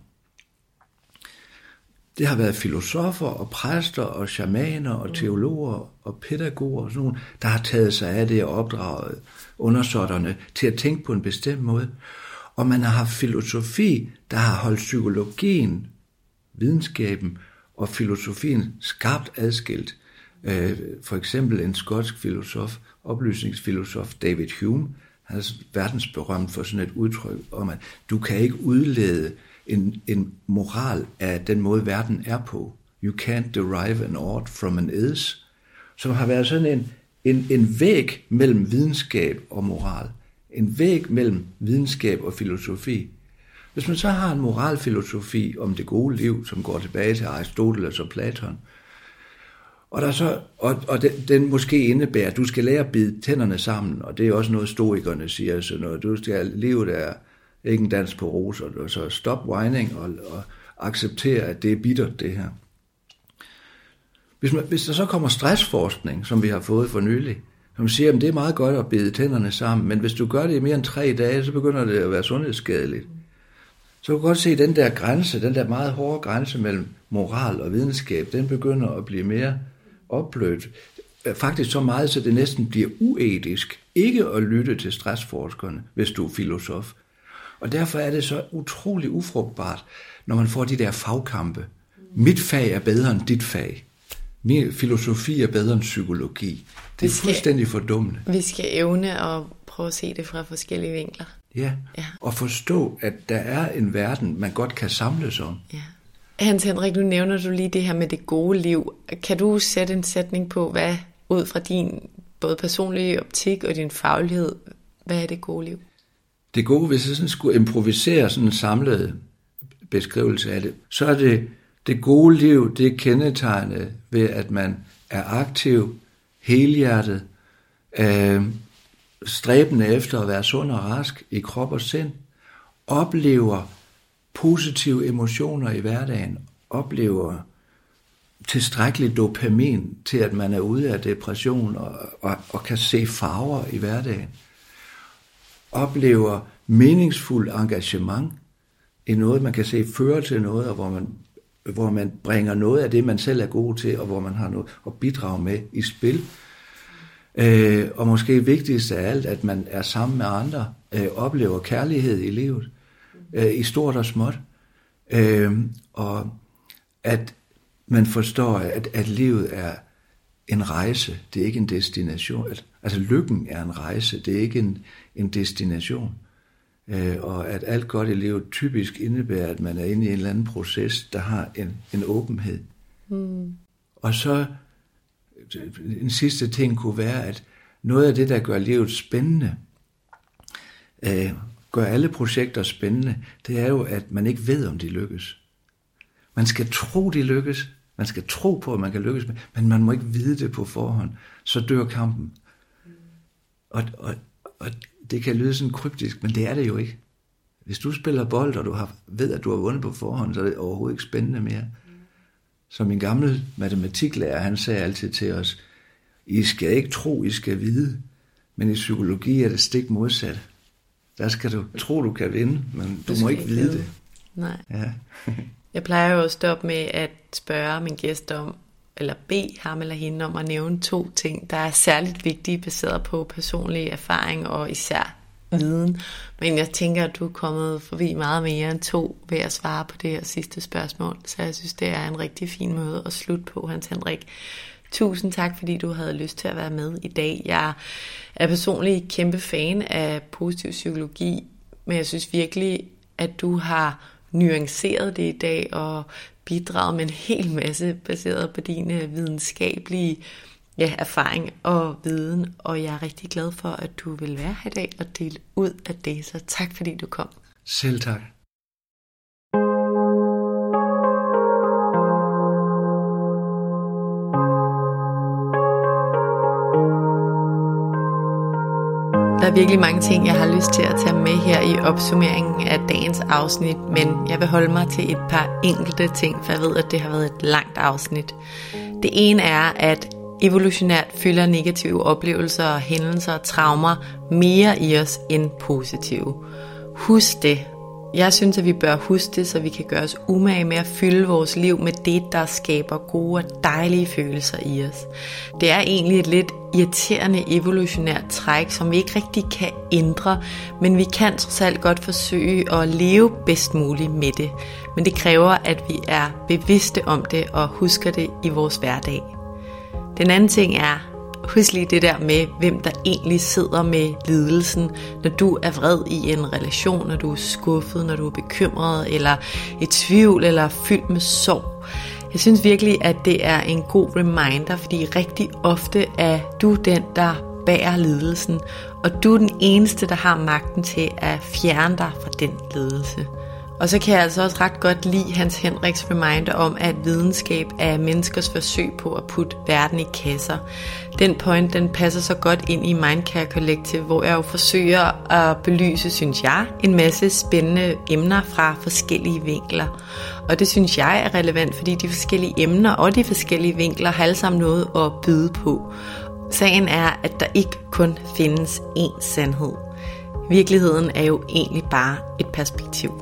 S3: Det har været filosofer og præster og shamaner og teologer og pædagoger og sådan nogle, der har taget sig af det og opdraget undersåtterne til at tænke på en bestemt måde. Og man har haft filosofi, der har holdt psykologien, videnskaben og filosofien skarpt adskilt. For eksempel en skotsk filosof, oplysningsfilosof David Hume, han er verdensberømt for sådan et udtryk om, at du kan ikke udlede en, en moral af den måde, verden er på. You can't derive an ought from an is. Som har været sådan en, en, en væg mellem videnskab og moral. En væg mellem videnskab og filosofi. Hvis man så har en moralfilosofi om det gode liv, som går tilbage til Aristoteles og Platon, og, der så, og, og den, den måske indebærer, at du skal lære at bide tænderne sammen, og det er også noget stoikerne siger, så når du skal leve der ikke en dans på roser, så stop whining og, og acceptere, at det er bittert det her. Hvis, man, hvis der så kommer stressforskning, som vi har fået for nylig, som siger, at det er meget godt at bide tænderne sammen, men hvis du gør det i mere end tre dage, så begynder det at være sundhedsskadeligt. Så kan du godt se, at den der grænse, den der meget hårde grænse mellem moral og videnskab, den begynder at blive mere opblødt. Faktisk så meget, så det næsten bliver uetisk ikke at lytte til stressforskerne, hvis du er filosof. Og derfor er det så utrolig ufrugtbart, når man får de der fagkampe. Mit fag er bedre end dit fag. Min filosofi er bedre end psykologi. Det er skal, fuldstændig fordummende.
S2: Vi skal evne at prøve at se det fra forskellige vinkler.
S3: Ja, ja, og forstå, at der er en verden, man godt kan samles om.
S2: Ja. Hans Henrik, nu nævner du lige det her med det gode liv. Kan du sætte en sætning på, hvad ud fra din både personlige optik og din faglighed, hvad er det gode liv?
S3: Det gode, hvis jeg sådan skulle improvisere sådan en samlet beskrivelse af det, så er det det gode liv, det er kendetegnet ved, at man er aktiv, helhjertet, øh, stræbende efter at være sund og rask i krop og sind, oplever positive emotioner i hverdagen, oplever tilstrækkelig dopamin til, at man er ude af depression og, og, og kan se farver i hverdagen, oplever meningsfuld engagement i noget, man kan se fører til noget, og hvor man, hvor man bringer noget af det, man selv er god til, og hvor man har noget at bidrage med i spil. Øh, og måske vigtigst af alt, at man er sammen med andre, øh, oplever kærlighed i livet, øh, i stort og småt, øh, og at man forstår, at, at livet er en rejse, det er ikke en destination. Altså lykken er en rejse, det er ikke en, en destination. Øh, og at alt godt i livet typisk indebærer, at man er inde i en eller anden proces, der har en, en åbenhed. Mm. Og så en sidste ting kunne være, at noget af det, der gør livet spændende, øh, gør alle projekter spændende, det er jo, at man ikke ved, om de lykkes. Man skal tro, de lykkes. Man skal tro på, at man kan lykkes med, men man må ikke vide det på forhånd. Så dør kampen. Og, og, og det kan lyde sådan kryptisk, men det er det jo ikke. Hvis du spiller bold, og du har, ved, at du har vundet på forhånd, så er det overhovedet ikke spændende mere. Så min gamle matematiklærer, han sagde altid til os, I skal ikke tro, I skal vide, men i psykologi er det stik modsat. Der skal du tro, du kan vinde, men du, du må ikke vide det.
S2: Nej.
S3: Ja.
S2: Jeg plejer jo at stoppe med at spørge min gæst om, eller bede ham eller hende om at nævne to ting, der er særligt vigtige, baseret på personlig erfaring og især viden. Men jeg tænker, at du er kommet forbi meget mere end to ved at svare på det her sidste spørgsmål. Så jeg synes, det er en rigtig fin måde at slutte på, Hans Henrik. Tusind tak, fordi du havde lyst til at være med i dag. Jeg er personligt kæmpe fan af positiv psykologi, men jeg synes virkelig, at du har nuanceret det i dag og bidraget med en hel masse baseret på dine videnskabelige ja, erfaring og viden. Og jeg er rigtig glad for, at du vil være her i dag og dele ud af det. Så tak, fordi du kom.
S3: Selv tak.
S2: Der er virkelig mange ting, jeg har lyst til at tage med her i opsummeringen af dagens afsnit, men jeg vil holde mig til et par enkelte ting, for jeg ved, at det har været et langt afsnit. Det ene er, at evolutionært fylder negative oplevelser og hændelser og traumer mere i os end positive. Husk det. Jeg synes, at vi bør huske det, så vi kan gøre os umage med at fylde vores liv med det, der skaber gode og dejlige følelser i os. Det er egentlig et lidt irriterende evolutionært træk, som vi ikke rigtig kan ændre, men vi kan trods alt godt forsøge at leve bedst muligt med det. Men det kræver, at vi er bevidste om det og husker det i vores hverdag. Den anden ting er, husk lige det der med, hvem der egentlig sidder med lidelsen, når du er vred i en relation, når du er skuffet, når du er bekymret, eller i tvivl, eller fyldt med sorg. Jeg synes virkelig, at det er en god reminder, fordi rigtig ofte er du den, der bærer lidelsen, og du er den eneste, der har magten til at fjerne dig fra den lidelse. Og så kan jeg altså også ret godt lide Hans Henriks reminder om, at videnskab er menneskers forsøg på at putte verden i kasser. Den point, den passer så godt ind i Mindcare Collective, hvor jeg jo forsøger at belyse, synes jeg, en masse spændende emner fra forskellige vinkler. Og det synes jeg er relevant, fordi de forskellige emner og de forskellige vinkler har alle sammen noget at byde på. Sagen er, at der ikke kun findes én sandhed. Virkeligheden er jo egentlig bare et perspektiv.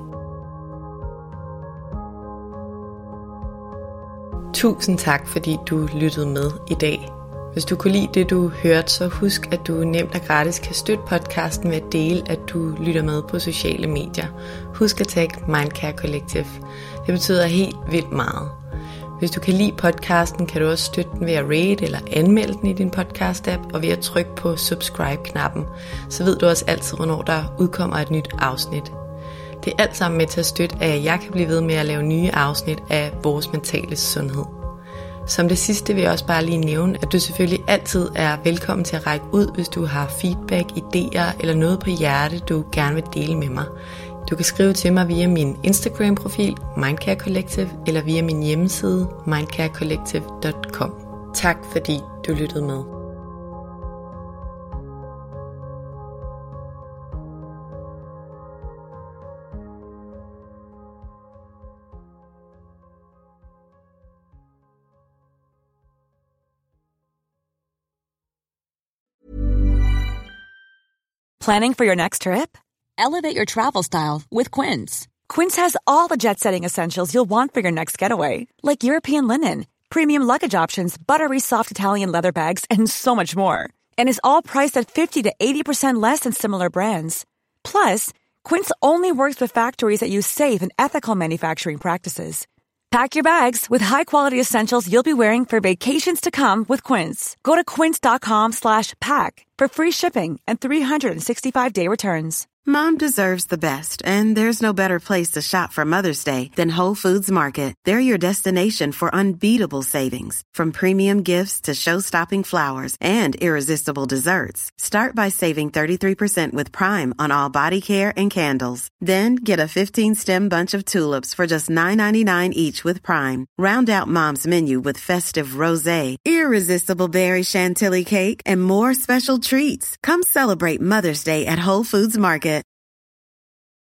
S2: Tusind tak, fordi du lyttede med i dag. Hvis du kunne lide det, du hørte, så husk, at du nemt og gratis kan støtte podcasten ved at dele, at du lytter med på sociale medier. Husk at tagge Mindcare Collective. Det betyder helt vildt meget. Hvis du kan lide podcasten, kan du også støtte den ved at rate eller anmelde den i din podcast-app, og ved at trykke på subscribe-knappen. Så ved du også altid, hvornår der udkommer et nyt afsnit. Det er alt sammen med til at støtte, at jeg kan blive ved med at lave nye afsnit af vores mentale sundhed. Som det sidste vil jeg også bare lige nævne, at du selvfølgelig altid er velkommen til at række ud, hvis du har feedback, idéer eller noget på hjerte, du gerne vil dele med mig. Du kan skrive til mig via min Instagram-profil, Mindcare Collective, eller via min hjemmeside, mindcare collective punktum com. Tak fordi du lyttede med.
S6: Planning for your next trip? Elevate your travel style with Quince. Quince has all the jet-setting essentials you'll want for your next getaway, like European linen, premium luggage options, buttery soft Italian leather bags, and so much more. And is all priced at fifty to eighty percent less than similar brands. Plus, Quince only works with factories that use safe and ethical manufacturing practices. Pack your bags with high-quality essentials you'll be wearing for vacations to come with Quince. Go to quince.com slash pack for free shipping and three sixty-five day returns.
S7: Mom deserves the best, and there's no better place to shop for Mother's Day than Whole Foods Market. They're your destination for unbeatable savings, from premium gifts to show-stopping flowers and irresistible desserts. Start by saving thirty-three percent with Prime on all body care and candles. Then get a fifteen-stem bunch of tulips for just nine ninety-nine each with Prime. Round out Mom's menu with festive rosé, irresistible berry chantilly cake, and more special treats. Come celebrate Mother's Day at Whole Foods Market.